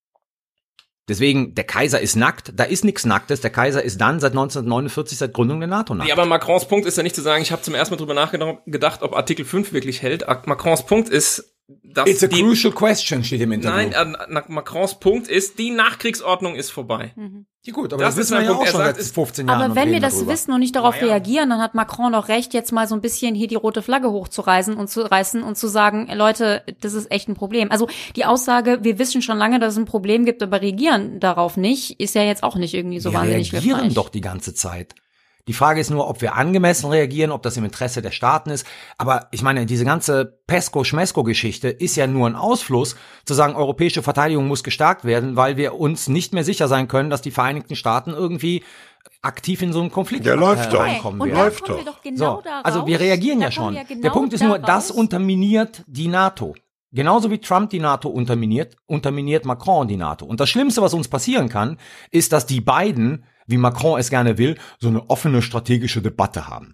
Deswegen, der Kaiser ist nackt, da ist nichts Nacktes. Der Kaiser ist dann seit neunzehnhundertneunundvierzig, seit Gründung der NATO nackt. Nee, aber Macrons Punkt ist ja nicht zu sagen, ich habe zum ersten Mal drüber nachgedacht, ob Artikel fünf wirklich hält. Macrons Punkt ist, dass It's a die, crucial question, steht im Interview. Nein, äh, Macrons Punkt ist, die Nachkriegsordnung ist vorbei. Mhm. Ja gut, aber das das, ist wissen wir mein ja Punkt. auch schon Er sagt, seit fünfzehn Jahren. Aber und wenn reden wir das darüber. wissen und nicht darauf Naja. reagieren, dann hat Macron doch recht, jetzt mal so ein bisschen hier die rote Flagge hochzureißen und zu reißen und zu sagen, Leute, das ist echt ein Problem. Also die Aussage, wir wissen schon lange, dass es ein Problem gibt, aber reagieren darauf nicht, ist ja jetzt auch nicht irgendwie so wir wahnsinnig reagieren hilfreich. doch die ganze Zeit. Die Frage ist nur, ob wir angemessen reagieren, ob das im Interesse der Staaten ist. Aber ich meine, diese ganze Pesco-Schmesko-Geschichte ist ja nur ein Ausfluss, zu sagen, europäische Verteidigung muss gestärkt werden, weil wir uns nicht mehr sicher sein können, dass die Vereinigten Staaten irgendwie aktiv in so einen Konflikt Der läuft äh, doch. reinkommen Und werden. da Läuft kommen wir doch. doch genau So, daraus. also wir reagieren Da ja kommen schon. wir genau Der Punkt ist nur, das daraus. unterminiert die NATO. Genauso wie Trump die NATO unterminiert, unterminiert Macron die NATO. Und das Schlimmste, was uns passieren kann, ist, dass die beiden, wie Macron es gerne will, so eine offene strategische Debatte haben.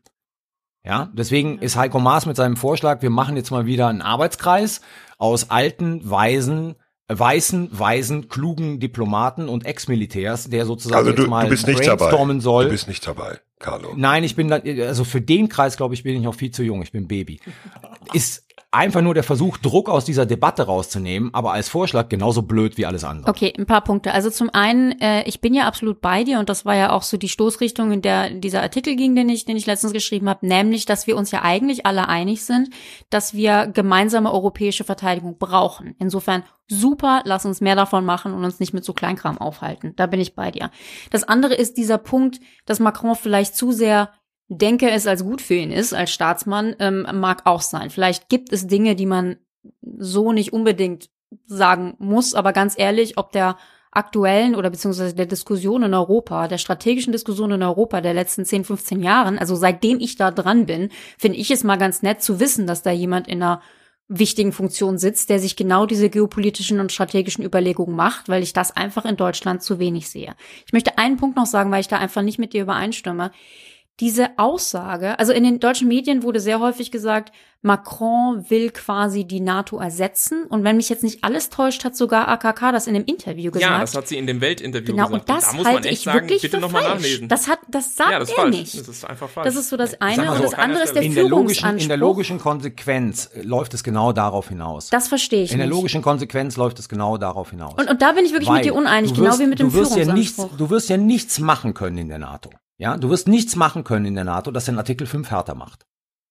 Ja, deswegen ist Heiko Maas mit seinem Vorschlag, wir machen jetzt mal wieder einen Arbeitskreis aus alten, weisen, weißen, weisen, klugen Diplomaten und Ex-Militärs, der sozusagen also jetzt du, mal du bist nicht dabei. brainstormen soll. Du bist nicht dabei, Carlo. Nein, ich bin da, also für den Kreis, glaube ich, bin ich noch viel zu jung. Ich bin Baby. Ist einfach nur der Versuch, Druck aus dieser Debatte rauszunehmen, aber als Vorschlag genauso blöd wie alles andere. Okay, ein paar Punkte. Also zum einen, äh, ich bin ja absolut bei dir und das war ja auch so die Stoßrichtung, in der dieser Artikel ging, den ich, den ich letztens geschrieben habe, nämlich, dass wir uns ja eigentlich alle einig sind, dass wir gemeinsame europäische Verteidigung brauchen. Insofern super, lass uns mehr davon machen und uns nicht mit so Kleinkram aufhalten. Da bin ich bei dir. Das andere ist dieser Punkt, dass Macron vielleicht zu sehr denke, es als gut für ihn ist, als Staatsmann, ähm, mag auch sein. Vielleicht gibt es Dinge, die man so nicht unbedingt sagen muss, aber ganz ehrlich, ob der aktuellen oder beziehungsweise der Diskussion in Europa, der strategischen Diskussion in Europa der letzten zehn, fünfzehn Jahren, also seitdem ich da dran bin, finde ich es mal ganz nett zu wissen, dass da jemand in einer wichtigen Funktion sitzt, der sich genau diese geopolitischen und strategischen Überlegungen macht, weil ich das einfach in Deutschland zu wenig sehe. Ich möchte einen Punkt noch sagen, weil ich da einfach nicht mit dir übereinstimme. Diese Aussage, also in den deutschen Medien wurde sehr häufig gesagt, Macron will quasi die NATO ersetzen. Und wenn mich jetzt nicht alles täuscht, hat sogar A K K das in dem Interview gesagt. Ja, das hat sie in dem Weltinterview genau, gesagt. und das da muss man halte echt ich sagen, wirklich bitte für nochmal falsch. nachlesen. Das hat, das sagt ja, das ist er falsch. nicht. Das ist einfach falsch. Das ist so das Sag eine. mal Und so, das andere ist der in der logischen, Führungsanspruch. in der logischen Konsequenz läuft es genau darauf hinaus. Das verstehe ich In der nicht. logischen Konsequenz läuft es genau darauf hinaus. Und, und da bin ich wirklich Weil mit dir uneinig, du wirst, genau wie mit dem du wirst ja nichts, Führungsanspruch. Du wirst ja nichts machen können in der NATO. Ja, du wirst nichts machen können in der NATO, das den Artikel fünf härter macht.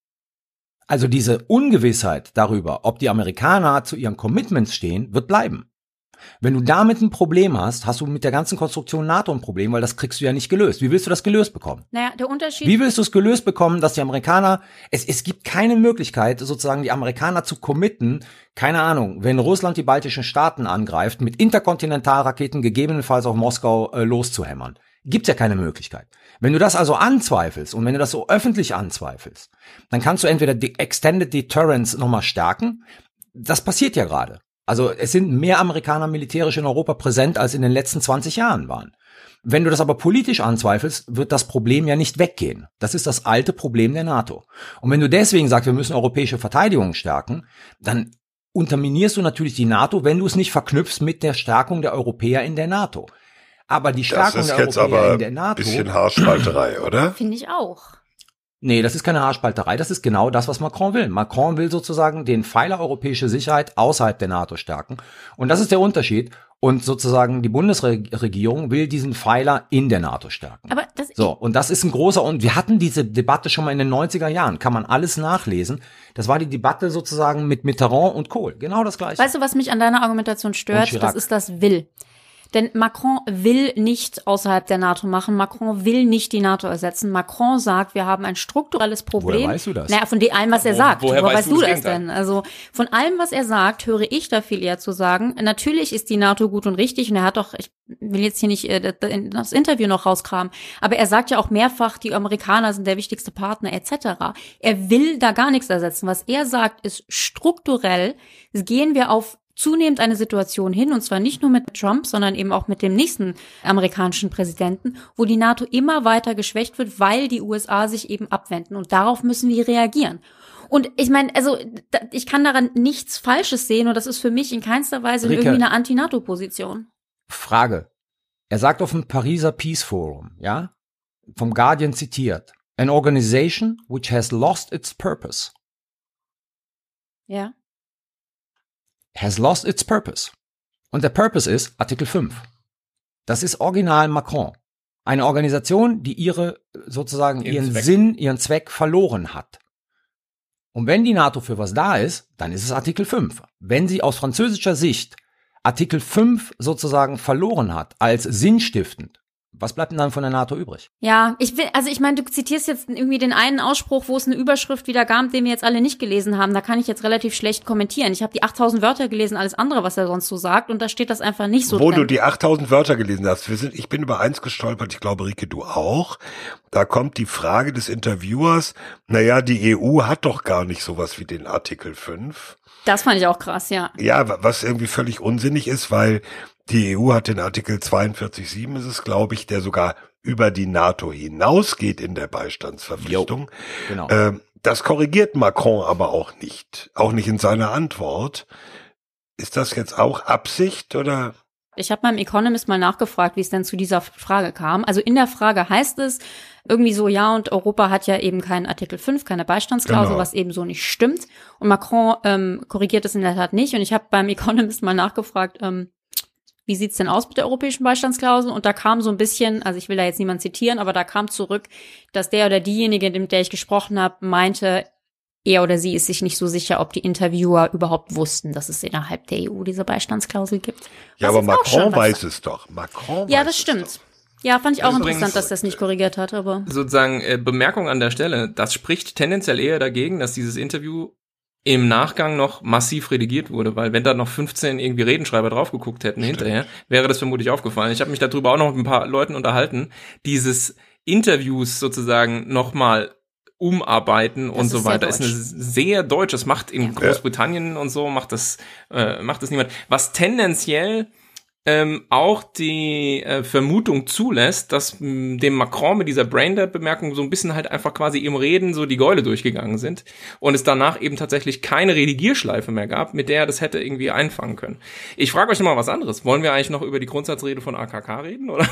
Also diese Ungewissheit darüber, ob die Amerikaner zu ihren Commitments stehen, wird bleiben. Wenn du damit ein Problem hast, hast du mit der ganzen Konstruktion NATO ein Problem, weil das kriegst du ja nicht gelöst. Wie willst du das gelöst bekommen? Naja, der Unterschied. Wie willst du es gelöst bekommen, dass die Amerikaner, es, es gibt keine Möglichkeit, sozusagen die Amerikaner zu committen, keine Ahnung, wenn Russland die baltischen Staaten angreift, mit Interkontinentalraketen gegebenenfalls auf Moskau äh, loszuhämmern. Gibt's ja keine Möglichkeit. Wenn du das also anzweifelst und wenn du das so öffentlich anzweifelst, dann kannst du entweder die Extended Deterrence nochmal stärken. Das passiert ja gerade. Also es sind mehr Amerikaner militärisch in Europa präsent, als in den letzten zwanzig Jahren waren. Wenn du das aber politisch anzweifelst, wird das Problem ja nicht weggehen. Das ist das alte Problem der NATO. Und wenn du deswegen sagst, wir müssen europäische Verteidigung stärken, dann unterminierst du natürlich die NATO, wenn du es nicht verknüpfst mit der Stärkung der Europäer in der NATO. Aber die Stärkung Das ist der jetzt Europäer aber in der ein NATO. bisschen Haarspalterei, oder? Finde ich auch. Nee, das ist keine Haarspalterei, das ist genau das, was Macron will. Macron will sozusagen den Pfeiler europäische Sicherheit außerhalb der NATO stärken. Und das ist der Unterschied. Und sozusagen die Bundesregierung will diesen Pfeiler in der NATO stärken. Aber das So, und das ist ein großer, und wir hatten diese Debatte schon mal in den neunziger Jahren, kann man alles nachlesen. Das war die Debatte sozusagen mit Mitterrand und Kohl. Genau das Gleiche. Weißt du, was mich an deiner Argumentation Und stört? Chirac. Das ist das Will. Denn Macron will nicht außerhalb der NATO machen. Macron will nicht die NATO ersetzen. Macron sagt, wir haben ein strukturelles Problem. Woher weißt du das? Naja, von dem allem, was er Wo- sagt. woher Woher weißt weißt du du das das Gegenteil? denn? Also von allem, was er sagt, höre ich da viel eher zu sagen. Natürlich ist die NATO gut und richtig. Und er hat doch, ich will jetzt hier nicht äh, das Interview noch rauskramen, aber er sagt ja auch mehrfach, die Amerikaner sind der wichtigste Partner et cetera. Er will da gar nichts ersetzen. Was er sagt, ist strukturell gehen wir auf zunehmend eine Situation hin, und zwar nicht nur mit Trump, sondern eben auch mit dem nächsten amerikanischen Präsidenten, wo die NATO immer weiter geschwächt wird, weil die U S A sich eben abwenden. Und darauf müssen wir reagieren. Und ich meine, also ich kann daran nichts Falsches sehen, und das ist für mich in keinster Weise Rike, irgendwie eine Anti-NATO-Position. Frage. Er sagt auf dem Pariser Peace Forum, ja, vom Guardian zitiert, an organization which has lost its purpose. Ja. Has lost its purpose. Und der Purpose ist Artikel fünf. Das ist original Macron. Eine Organisation, die ihre, sozusagen ihren, ihren Sinn, ihren Zweck verloren hat. Und wenn die NATO für was da ist, dann ist es Artikel fünf. Wenn sie aus französischer Sicht Artikel fünf sozusagen verloren hat, als sinnstiftend, was bleibt denn dann von der NATO übrig? Ja, ich will, also ich meine, du zitierst jetzt irgendwie den einen Ausspruch, wo es eine Überschrift wieder gab, den wir jetzt alle nicht gelesen haben. Da kann ich jetzt relativ schlecht kommentieren. Ich habe die achttausend Wörter gelesen, alles andere, was er sonst so sagt, und da steht das einfach nicht so Wo drin. du die achttausend Wörter gelesen hast, wir sind, ich bin über eins gestolpert, ich glaube, Rike, du auch. Da kommt die Frage des Interviewers, naja, die E U hat doch gar nicht sowas wie den Artikel fünf. Das fand ich auch krass, ja. Ja, was irgendwie völlig unsinnig ist, weil die E U hat den Artikel zweiundvierzig Komma sieben, ist es, glaube ich, der sogar über die NATO hinausgeht in der Beistandsverpflichtung. Jo, genau. Ähm, das korrigiert Macron aber auch nicht, auch nicht in seiner Antwort. Ist das jetzt auch Absicht oder? Ich habe beim Economist mal nachgefragt, wie es denn zu dieser Frage kam. Also in der Frage heißt es irgendwie so, ja, und Europa hat ja eben keinen Artikel fünf, keine Beistandsklausel, Genau. was eben so nicht stimmt. Und Macron ähm, korrigiert es in der Tat nicht. Und ich habe beim Economist mal nachgefragt, ähm, wie sieht's denn aus mit der europäischen Beistandsklausel? Und da kam so ein bisschen, also ich will da jetzt niemand zitieren, aber da kam zurück, dass der oder diejenige, mit der ich gesprochen habe, meinte, er oder sie ist sich nicht so sicher, ob die Interviewer überhaupt wussten, dass es innerhalb der E U diese Beistandsklausel gibt. Ja, Was aber jetzt auch schon Macron was weiß sagt. es doch. Macron Ja, weiß das es stimmt. doch. Ja, fand ich auch Das ist interessant, übrigens- dass das nicht korrigiert hat, aber Sozusagen äh, Bemerkung an der Stelle, das spricht tendenziell eher dagegen, dass dieses Interview im Nachgang noch massiv redigiert wurde, weil wenn da noch fünfzehn irgendwie Redenschreiber drauf geguckt hätten Stimmt. hinterher, wäre das vermutlich aufgefallen. Ich habe mich darüber auch noch mit ein paar Leuten unterhalten, dieses Interviews sozusagen nochmal umarbeiten und ist so sehr weiter. Ist eine sehr deutsch. Das macht in Großbritannien und so macht das äh, macht das niemand. Was tendenziell ähm, auch die äh, Vermutung zulässt, dass mh, dem Macron mit dieser Braindead-Bemerkung so ein bisschen halt einfach quasi im Reden so die Gäule durchgegangen sind und es danach eben tatsächlich keine Redigierschleife mehr gab, mit der er das hätte irgendwie einfangen können. Ich frage euch noch mal was anderes. Wollen wir eigentlich noch über die Grundsatzrede von A K K reden, oder?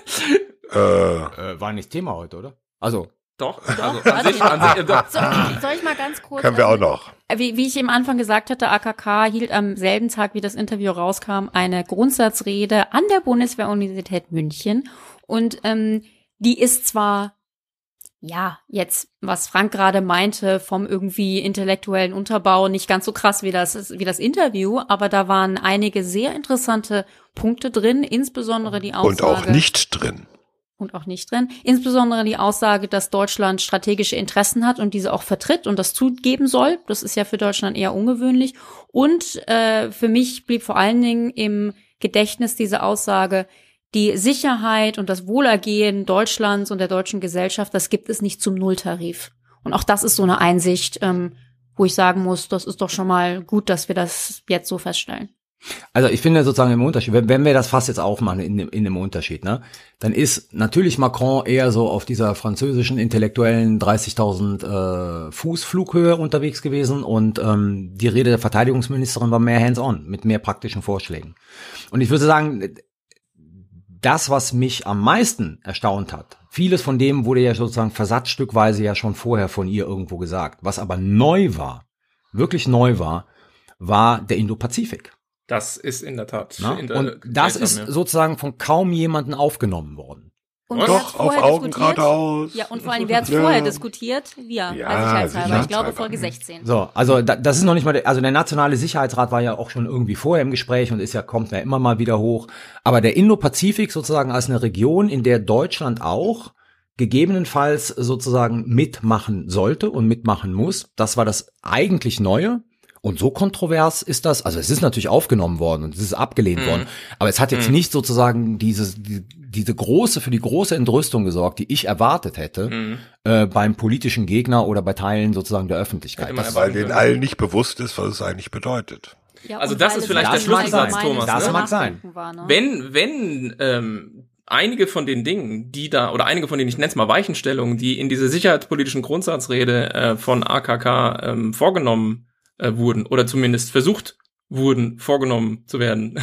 Äh, Äh, war nicht Thema heute, oder? Also, Doch, also an warte, sich, an sich, äh, doch. So, soll ich mal ganz kurz. können wir auch ähm, noch. Wie, wie ich am Anfang gesagt hatte, A K K hielt am selben Tag, wie das Interview rauskam, eine Grundsatzrede an der Bundeswehr-Universität München. Und ähm, die ist zwar, ja, jetzt, was Frank gerade meinte, vom irgendwie intellektuellen Unterbau nicht ganz so krass wie das, wie das Interview, aber da waren einige sehr interessante Punkte drin, insbesondere die Aussage. Und auch nicht drin. Und auch nicht drin. Insbesondere die Aussage, dass Deutschland strategische Interessen hat und diese auch vertritt und das zugeben soll. Das ist ja für Deutschland eher ungewöhnlich. Und äh, für mich blieb vor allen Dingen im Gedächtnis diese Aussage, die Sicherheit und das Wohlergehen Deutschlands und der deutschen Gesellschaft, das gibt es nicht zum Nulltarif. Und auch das ist so eine Einsicht, ähm, wo ich sagen muss, das ist doch schon mal gut, dass wir das jetzt so feststellen. Also ich finde sozusagen im Unterschied, wenn, wenn wir das Fass jetzt aufmachen in dem, in dem Unterschied, ne, dann ist natürlich Macron eher so auf dieser französischen intellektuellen dreißigtausend äh, Fuß Flughöhe unterwegs gewesen und ähm, die Rede der Verteidigungsministerin war mehr hands-on, mit mehr praktischen Vorschlägen. Und ich würde sagen, das, was mich am meisten erstaunt hat, vieles von dem wurde ja sozusagen versatzstückweise ja schon vorher von ihr irgendwo gesagt. Was aber neu war, wirklich neu war, war der Indo-Pazifik. Das ist in der Tat. Na? In der, Und das ist ja. sozusagen von kaum jemanden aufgenommen worden. Und Was? wer hat's Doch, auf vorher Augen diskutiert? geradeaus. Ja, und vor allem, wer hat es Ja. vorher diskutiert? Wir, Ja, als Sicherheitshalber. Ich glaube, sicherheitshalber. Folge sechzehn. So, also da, das ist noch nicht mal, der, also der nationale Sicherheitsrat war ja auch schon irgendwie vorher im Gespräch und ist ja, kommt ja immer mal wieder hoch. Aber der Indo-Pazifik sozusagen als eine Region, in der Deutschland auch gegebenenfalls sozusagen mitmachen sollte und mitmachen muss, das war das eigentlich Neue. Und so kontrovers ist das, also es ist natürlich aufgenommen worden und es ist abgelehnt Mhm. worden, aber es hat jetzt Mhm. nicht sozusagen dieses, die, diese große, für die große Entrüstung gesorgt, die ich erwartet hätte, Mhm. äh, beim politischen Gegner oder bei Teilen sozusagen der Öffentlichkeit. Hätte man Das, Weil denen allen nicht bewusst ist, was es eigentlich bedeutet. Ja, also und das weil ist es vielleicht halt der Schlüsselsatz, allgemeines Thomas. Das ne? mag sein. Nachdenken war, ne? Wenn, wenn ähm, einige von den Dingen, die da, oder einige von den, ich nenne es mal Weichenstellungen, die in dieser sicherheitspolitischen Grundsatzrede äh, von A K K ähm, vorgenommen äh, wurden, oder zumindest versucht wurden, vorgenommen zu werden,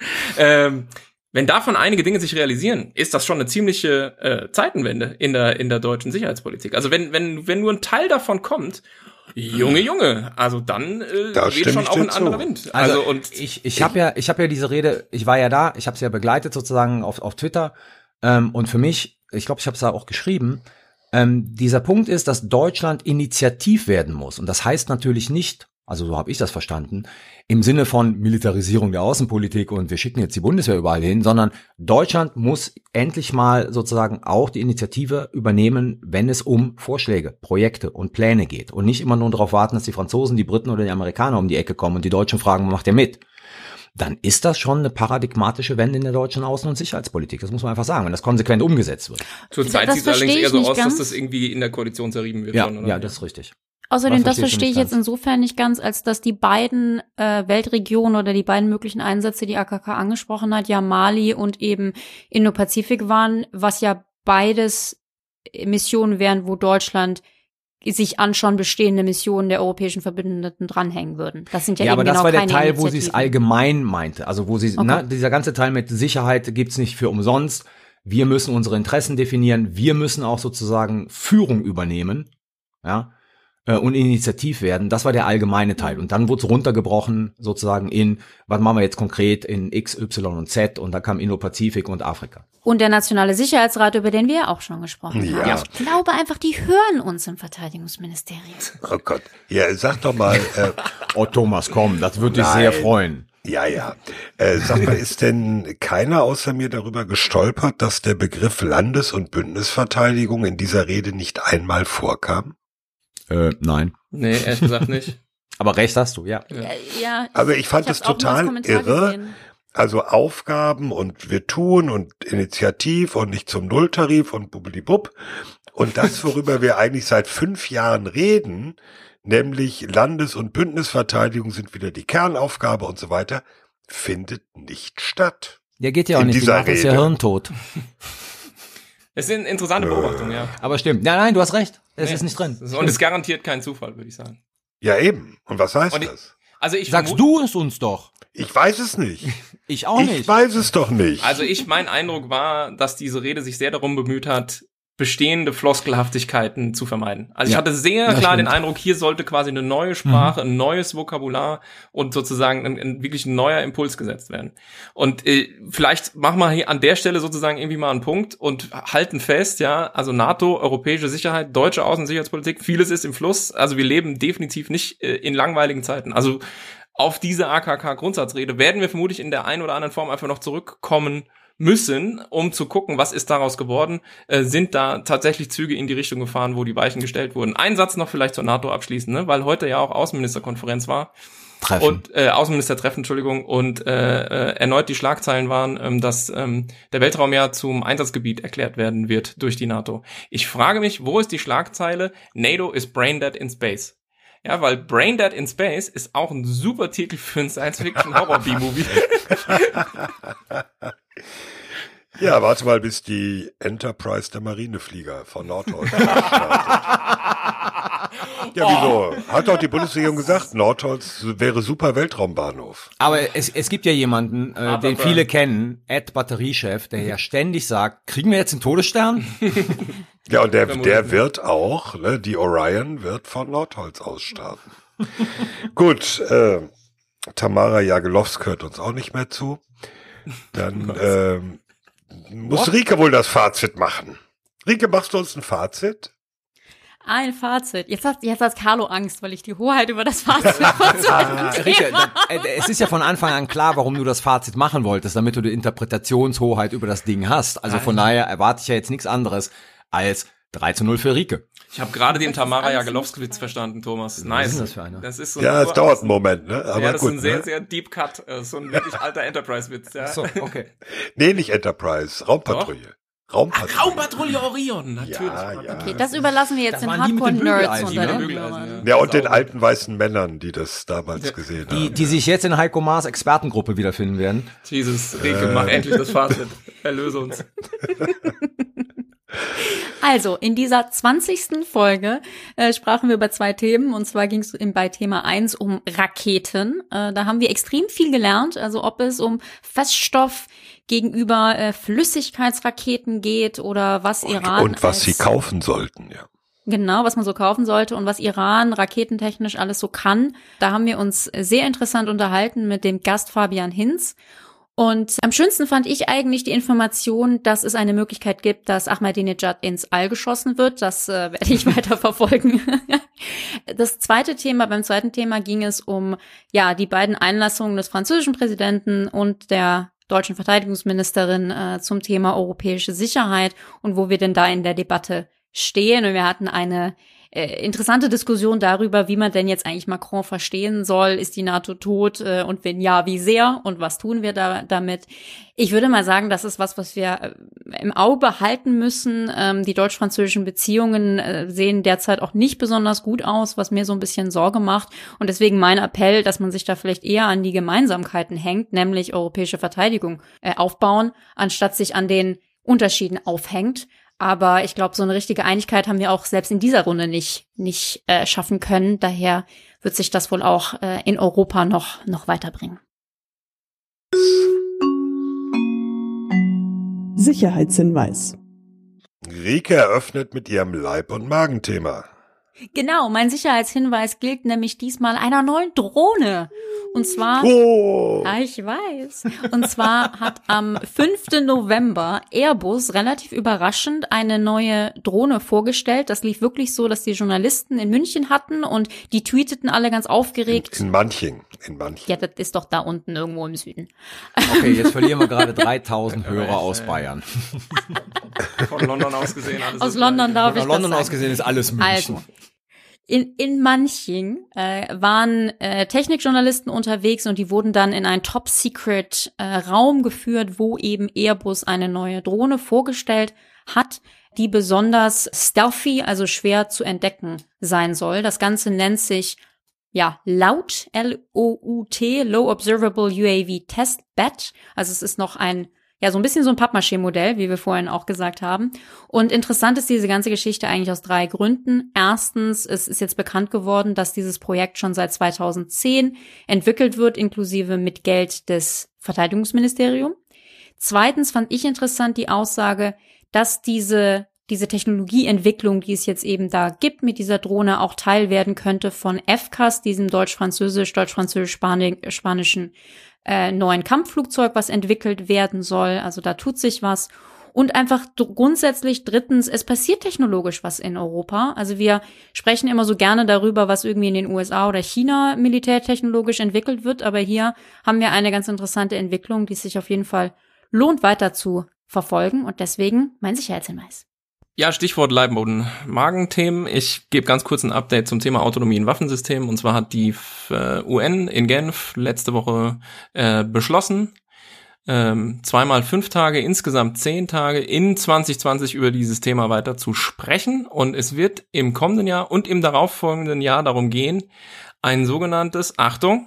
ähm, wenn davon einige Dinge sich realisieren, ist das schon eine ziemliche äh, Zeitenwende in der in der deutschen Sicherheitspolitik. Also wenn wenn wenn nur ein Teil davon kommt, Junge Junge, also dann äh, Da weht stimme schon ich auch dir ein zu. anderer Wind. Also, Also und ich ich habe ja ich habe ja diese Rede, ich war ja da, ich habe sie ja begleitet sozusagen auf auf Twitter ähm, und für mich, ich glaube, ich habe es da auch geschrieben, ähm, dieser Punkt ist, dass Deutschland initiativ werden muss und das heißt natürlich nicht, also so habe ich das verstanden, im Sinne von Militarisierung der Außenpolitik und wir schicken jetzt die Bundeswehr überall hin, sondern Deutschland muss endlich mal sozusagen auch die Initiative übernehmen, wenn es um Vorschläge, Projekte und Pläne geht und nicht immer nur darauf warten, dass die Franzosen, die Briten oder die Amerikaner um die Ecke kommen und die Deutschen fragen, macht ihr mit? Dann ist das schon eine paradigmatische Wende in der deutschen Außen- und Sicherheitspolitik. Das muss man einfach sagen, wenn das konsequent umgesetzt wird. zurzeit Das sieht es allerdings verstehe eher ich so nicht aus, ganz. dass das irgendwie in der Koalition zerrieben wird. Ja, schon, oder? ja, das ist richtig. Außerdem, Was das verstehst du verstehe ich nicht jetzt ganz? insofern nicht ganz, als dass die beiden äh, Weltregionen oder die beiden möglichen Einsätze, die A K K angesprochen hat, ja Mali und eben Indo-Pazifik waren, was ja beides Missionen wären, wo Deutschland sich an schon bestehende Missionen der europäischen Verbündeten dranhängen würden. Das sind ja, Ja, eben aber das genau war der keine Teil, wo sie es Initiativen. allgemein meinte. Also wo sie, Okay. ne, dieser ganze Teil mit Sicherheit gibt's nicht für umsonst. Wir müssen unsere Interessen definieren. Wir müssen auch sozusagen Führung übernehmen, ja, äh, und initiativ werden. Das war der allgemeine Teil. Und dann wurde es runtergebrochen sozusagen in, was machen wir jetzt konkret in X, Y und Z. Und da kam Indo-Pazifik und Afrika. Und der Nationale Sicherheitsrat, über den wir ja auch schon gesprochen Ja. haben. Ich glaube einfach, die hören uns im Verteidigungsministerium. Oh Gott. Ja, sag doch mal, äh, Oh Thomas, komm, das würde dich Nein. sehr freuen. ja, ja. Äh, sag mal, ist denn keiner außer mir darüber gestolpert, dass der Begriff Landes- und Bündnisverteidigung in dieser Rede nicht einmal vorkam? Äh, nein. Nee, ehrlich gesagt nicht. Aber recht hast du, ja. Ja, ja, Also ich fand hab's es auch nur als total Kommentar irre. gesehen. Also Aufgaben und wir tun und Initiativ und nicht zum Nulltarif und bubbelibub. Und das, worüber wir eigentlich seit fünf Jahren reden, nämlich Landes- und Bündnisverteidigung sind wieder die Kernaufgabe und so weiter, findet nicht statt. Der geht ja auch In nicht, die dieser Sache ist ja Rede. hirntot. Es ist eine interessante Beobachtung, ja. Aber stimmt. Ja, nein, du hast recht. Es Nee. ist nicht drin. Und es ist garantiert kein Zufall, würde ich sagen. Ja eben. Und was heißt Und ich- das? Also ich Sagst vermu- du es uns doch. Ich weiß es nicht. Ich auch ich nicht. weiß es doch nicht. Also ich, mein Eindruck war, dass diese Rede sich sehr darum bemüht hat, bestehende Floskelhaftigkeiten zu vermeiden. Also ich Ja. hatte sehr Ja, klar den stimmt. Eindruck, hier sollte quasi eine neue Sprache, ein neues Vokabular und sozusagen ein, ein wirklich ein neuer Impuls gesetzt werden. Und äh, vielleicht machen wir hier an der Stelle sozusagen irgendwie mal einen Punkt und halten fest, ja, also NATO, europäische Sicherheit, deutsche Außensicherheitspolitik, vieles ist im Fluss. Also wir leben definitiv nicht äh, in langweiligen Zeiten. Also auf diese A K K-Grundsatzrede werden wir vermutlich in der einen oder anderen Form einfach noch zurückkommen müssen, um zu gucken, was ist daraus geworden, äh, sind da tatsächlich Züge in die Richtung gefahren, wo die Weichen gestellt wurden. Ein Satz noch vielleicht zur NATO abschließend, ne? Weil heute ja auch Außenministerkonferenz war. Treffen. Und äh, Außenministertreffen, Entschuldigung, und äh, äh, erneut die Schlagzeilen waren, ähm, dass ähm, der Weltraum ja zum Einsatzgebiet erklärt werden wird durch die NATO. Ich frage mich, wo ist die Schlagzeile NATO is brain dead in space? Ja, weil Brain Dead in Space ist auch ein super Titel für ein Science-Fiction-Horror-B-Movie. Ja, warte mal, bis die Enterprise der Marineflieger von Nordholz startet. Ja, wieso? Hat doch die Bundesregierung gesagt, Nordholz wäre super Weltraumbahnhof. Aber es, es gibt ja jemanden, äh, den viele kennen, Ed Batteriechef, der ja ständig sagt, kriegen wir jetzt einen Todesstern? Ja, und der, der wird auch, ne, die Orion wird von Nordholz aus starten. Gut, äh, Tamara Jagelowski hört uns auch nicht mehr zu. Dann ähm, muss Rike wohl das Fazit machen. Rike, machst du uns ein Fazit? Ein Fazit. Jetzt hat, jetzt hat Carlo Angst, weil ich die Hoheit über das Fazit von so einem Rike, Thema da, äh, es ist ja von Anfang an klar, warum du das Fazit machen wolltest, damit du die Interpretationshoheit über das Ding hast. Also von daher erwarte ich ja jetzt nichts anderes als drei zu null für Rike. Ich habe gerade den Das ist Tamara alles Jagelowski-Witz verstanden, Thomas. Nice. Was ist denn das für einer? Das ist so ein Ja, es super- dauert einen Moment, ne? Aber ja, das gut, ist ein sehr, ne? sehr deep cut. äh, So ein wirklich alter Enterprise-Witz, ja. So, okay. Nee, nicht Enterprise, Raumpatrouille. Raumpatrouille. Ach, Raumpatrouille Orion, natürlich. Ja, ja. Okay, das überlassen wir jetzt Das den waren die mit den Hardcore-Nerds Bügeleisen, unter ne? den Bügeleisen, Hörern. Ja, und den alten weißen Männern, die das damals gesehen Die, haben. die sich jetzt in Heiko Maas Expertengruppe wiederfinden werden. Jesus, Rike, mach endlich das Fazit. Erlöse uns. Also, in dieser zwanzigsten Folge äh, sprachen wir über zwei Themen. Und zwar ging es bei Thema eins um Raketen. Äh, da haben wir extrem viel gelernt. Also ob es um Feststoff gegenüber äh, Flüssigkeitsraketen geht oder was Iran... Und, und was als, sie kaufen sollten, ja. Genau, was man so kaufen sollte und was Iran raketentechnisch alles so kann. Da haben wir uns sehr interessant unterhalten mit dem Gast Fabian Hinz. Und am schönsten fand ich eigentlich die Information, dass es eine Möglichkeit gibt, dass Ahmadinejad ins All geschossen wird. Das äh, werde ich weiter verfolgen. Das zweite Thema, beim zweiten Thema ging es um ja die beiden Einlassungen des französischen Präsidenten und der deutschen Verteidigungsministerin äh, zum Thema europäische Sicherheit und wo wir denn da in der Debatte stehen. Und wir hatten eine äh, interessante Diskussion darüber, wie man denn jetzt eigentlich Macron verstehen soll. Ist die NATO tot? Äh, und wenn ja, wie sehr? Und was tun wir da damit? Ich würde mal sagen, das ist was, was wir äh, im Auge behalten müssen. Ähm, die deutsch-französischen Beziehungen äh, sehen derzeit auch nicht besonders gut aus, was mir so ein bisschen Sorge macht. Und deswegen mein Appell, dass man sich da vielleicht eher an die Gemeinsamkeiten hängt, nämlich europäische Verteidigung äh, aufbauen, anstatt sich an den Unterschieden aufhängt. Aber ich glaube, so eine richtige Einigkeit haben wir auch selbst in dieser Runde nicht nicht äh, schaffen können. Daher wird sich das wohl auch äh, in Europa noch noch weiterbringen. Sicherheitshinweis. Rike eröffnet mit ihrem Leib- und Magenthema. Genau, mein Sicherheitshinweis gilt nämlich diesmal einer neuen Drohne. Und zwar, oh. ja, ich weiß, und zwar hat am fünften November Airbus relativ überraschend eine neue Drohne vorgestellt. Das lief wirklich so, dass die Journalisten in München hatten und die tweeteten alle ganz aufgeregt. In, in Manching, in Manching. Ja, das ist doch da unten irgendwo im Süden. Okay, jetzt verlieren wir gerade dreitausend Hörer aus Bayern. Von London aus gesehen alles. Aus London darf ich Von London das aus sagen. gesehen ist alles München. Also, in, in Manching äh, waren äh, Technikjournalisten unterwegs und die wurden dann in einen Top-Secret-Raum äh, geführt, wo eben Airbus eine neue Drohne vorgestellt hat, die besonders stealthy, also schwer zu entdecken sein soll. Das Ganze nennt sich ja LOUT, L O U T, Low Observable U A V Test Bed. Also es ist noch ein Ja, so ein bisschen so ein Pappmaché-Modell, wie wir vorhin auch gesagt haben. Und interessant ist diese ganze Geschichte eigentlich aus drei Gründen. Erstens, es ist jetzt bekannt geworden, dass dieses Projekt schon seit zweitausendzehn entwickelt wird, inklusive mit Geld des Verteidigungsministeriums. Zweitens fand ich interessant die Aussage, dass diese diese Technologieentwicklung, die es jetzt eben da gibt mit dieser Drohne, auch Teil werden könnte von F C A S, diesem deutsch-französisch, deutsch-französisch-spanischen äh, neuen Kampfflugzeug, was entwickelt werden soll. Also da tut sich was. Und einfach grundsätzlich drittens, es passiert technologisch was in Europa. Also wir sprechen immer so gerne darüber, was irgendwie in den U S A oder China militärtechnologisch entwickelt wird. Aber hier haben wir eine ganz interessante Entwicklung, die es sich auf jeden Fall lohnt, weiter zu verfolgen. Und deswegen mein Sicherheitshinweis. Ja, Stichwort Leib- und Magenthemen. Ich gebe ganz kurz ein Update zum Thema Autonomie in Waffensystemen. Und zwar hat die äh, U N in Genf letzte Woche äh, beschlossen, ähm, zweimal fünf Tage, insgesamt zehn Tage in zwanzig zwanzig über dieses Thema weiter zu sprechen. Und es wird im kommenden Jahr und im darauffolgenden Jahr darum gehen, ein sogenanntes, Achtung,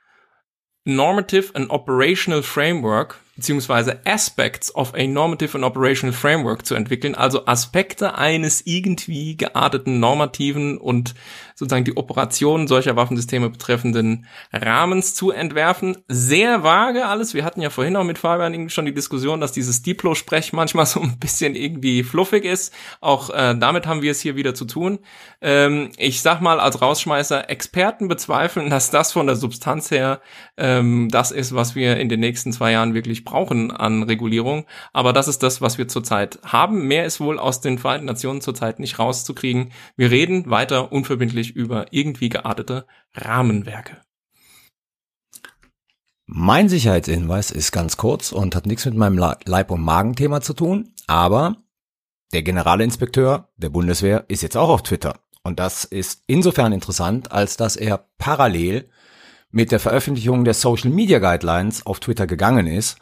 Normative and Operational Framework beziehungsweise Aspects of a Normative and Operational Framework zu entwickeln, also Aspekte eines irgendwie gearteten normativen und sozusagen die Operation solcher Waffensysteme betreffenden Rahmens zu entwerfen. Sehr vage alles. Wir hatten ja vorhin auch mit Fabian irgendwie schon die Diskussion, dass dieses Diplo-Sprech manchmal so ein bisschen irgendwie fluffig ist. Auch äh, damit haben wir es hier wieder zu tun. Ähm, ich sag mal als Rausschmeißer, Experten bezweifeln, dass das von der Substanz her ähm, das ist, was wir in den nächsten zwei Jahren wirklich brauchen an Regulierung. Aber das ist das, was wir zurzeit haben. Mehr ist wohl aus den Vereinten Nationen zurzeit nicht rauszukriegen. Wir reden weiter unverbindlich über irgendwie geartete Rahmenwerke. Mein Sicherheitshinweis ist ganz kurz und hat nichts mit meinem Leib- und Magenthema zu tun, aber der Generalinspekteur der Bundeswehr ist jetzt auch auf Twitter. Und das ist insofern interessant, als dass er parallel mit der Veröffentlichung der Social Media Guidelines auf Twitter gegangen ist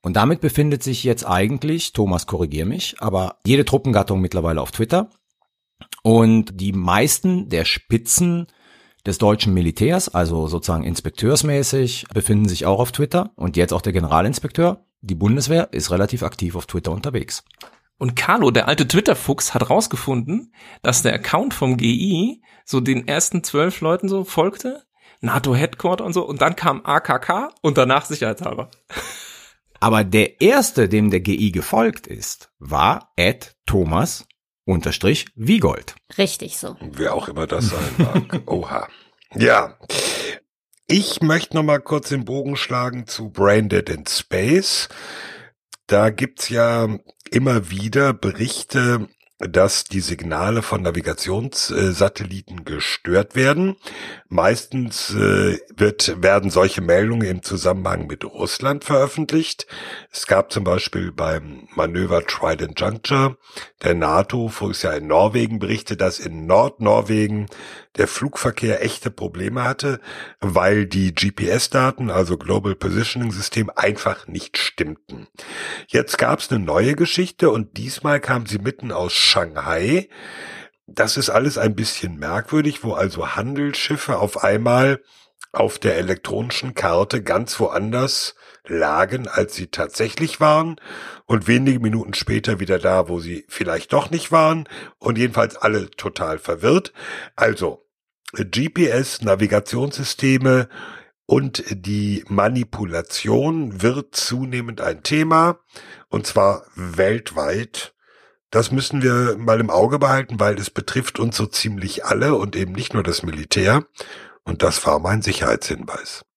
Und damit befindet sich jetzt eigentlich, Thomas, korrigier mich, aber jede Truppengattung mittlerweile auf Twitter. Und die meisten der Spitzen des deutschen Militärs, also sozusagen inspekteursmäßig, befinden sich auch auf Twitter. Und jetzt auch der Generalinspekteur. Die Bundeswehr ist relativ aktiv auf Twitter unterwegs. Und Carlo, der alte Twitter-Fuchs, hat rausgefunden, dass der Account vom G I so den ersten zwölf Leuten so folgte. NATO-Headquarter und so. Und dann kam A K K und danach sicherheitshalber. Aber der erste, dem der G I gefolgt ist, war at Thomas unterstrich Wiegold. Richtig so. Wer auch immer das sein mag. Oha. Ja. Ich möchte noch mal kurz den Bogen schlagen zu Braindead in Space. Da gibt's ja immer wieder Berichte, dass die Signale von Navigationssatelliten gestört werden. Meistens äh, wird, werden solche Meldungen im Zusammenhang mit Russland veröffentlicht. Es gab zum Beispiel beim Manöver Trident Juncture der NATO, voriges Jahr in Norwegen, Berichte, dass in Nordnorwegen der Flugverkehr echte Probleme hatte, weil die G P S-Daten, also Global Positioning System, einfach nicht stimmten. Jetzt gab es eine neue Geschichte und diesmal kam sie mitten aus Shanghai. Das ist alles ein bisschen merkwürdig, wo also Handelsschiffe auf einmal auf der elektronischen Karte ganz woanders lagen, als sie tatsächlich waren und wenige Minuten später wieder da, wo sie vielleicht doch nicht waren und jedenfalls alle total verwirrt. Also G P S-Navigationssysteme und die Manipulation wird zunehmend ein Thema und zwar weltweit. Das müssen wir mal im Auge behalten, weil es betrifft uns so ziemlich alle und eben nicht nur das Militär. Und das war mein Sicherheitshinweis.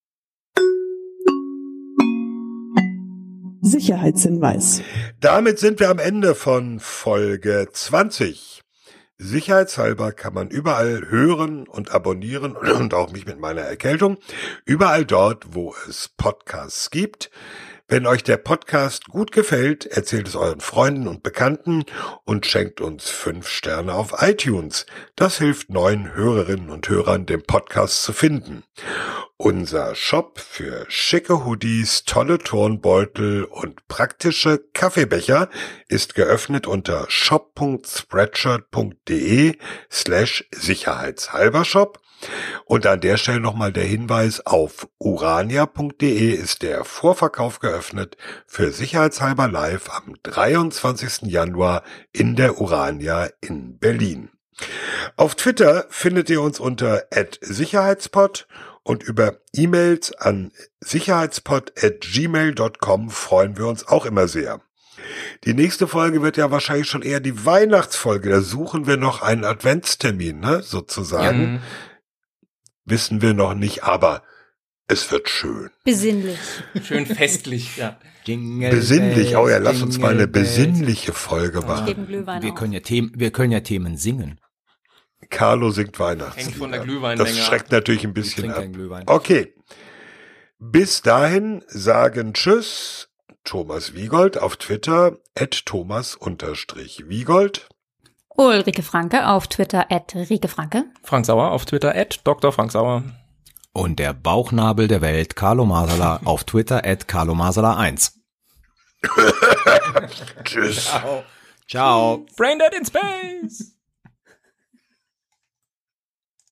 Sicherheitshinweis. Damit sind wir am Ende von Folge zwanzig. Sicherheitshalber kann man überall hören und abonnieren und auch mich mit meiner Erkältung. Überall dort, wo es Podcasts gibt. Wenn euch der Podcast gut gefällt, erzählt es euren Freunden und Bekannten und schenkt uns fünf Sterne auf iTunes. Das hilft neuen Hörerinnen und Hörern, den Podcast zu finden. Unser Shop für schicke Hoodies, tolle Turnbeutel und praktische Kaffeebecher ist geöffnet unter shop.spreadshirt.de slash sicherheitshalbershop. Und an der Stelle nochmal der Hinweis, auf urania punkt de ist der Vorverkauf geöffnet für Sicherheitshalber live am dreiundzwanzigsten Januar in der Urania in Berlin. Auf Twitter findet ihr uns unter at sicherheitspod und über E-Mails an sicherheitspod at gmail dot com freuen wir uns auch immer sehr. Die nächste Folge wird ja wahrscheinlich schon eher die Weihnachtsfolge. Da suchen wir noch einen Adventstermin, ne, sozusagen. Ja. Wissen wir noch nicht, aber es wird schön. Besinnlich. Schön festlich, ja. Jingle Besinnlich, oh ja, lass Jingle uns mal eine Bells. besinnliche Folge machen. Ich gebe Glühwein Wir auf. können ja Themen, wir können ja Themen singen. Carlo singt Weihnachtslieder. Hängt von der Glühweinmenge Das schreckt natürlich ein Ich bisschen trinke ab. keinen Glühwein. Okay. Bis dahin sagen Tschüss, Thomas Wiegold auf Twitter, at Thomas-Wiegold. Ulrike Franke auf Twitter, at Rike Franke. Frank Sauer auf Twitter, at Doktor Frank Sauer. Und der Bauchnabel der Welt, Carlo Masala, auf Twitter, at Carlo Masala eins. Tschüss. Ciao. Braindead in Space.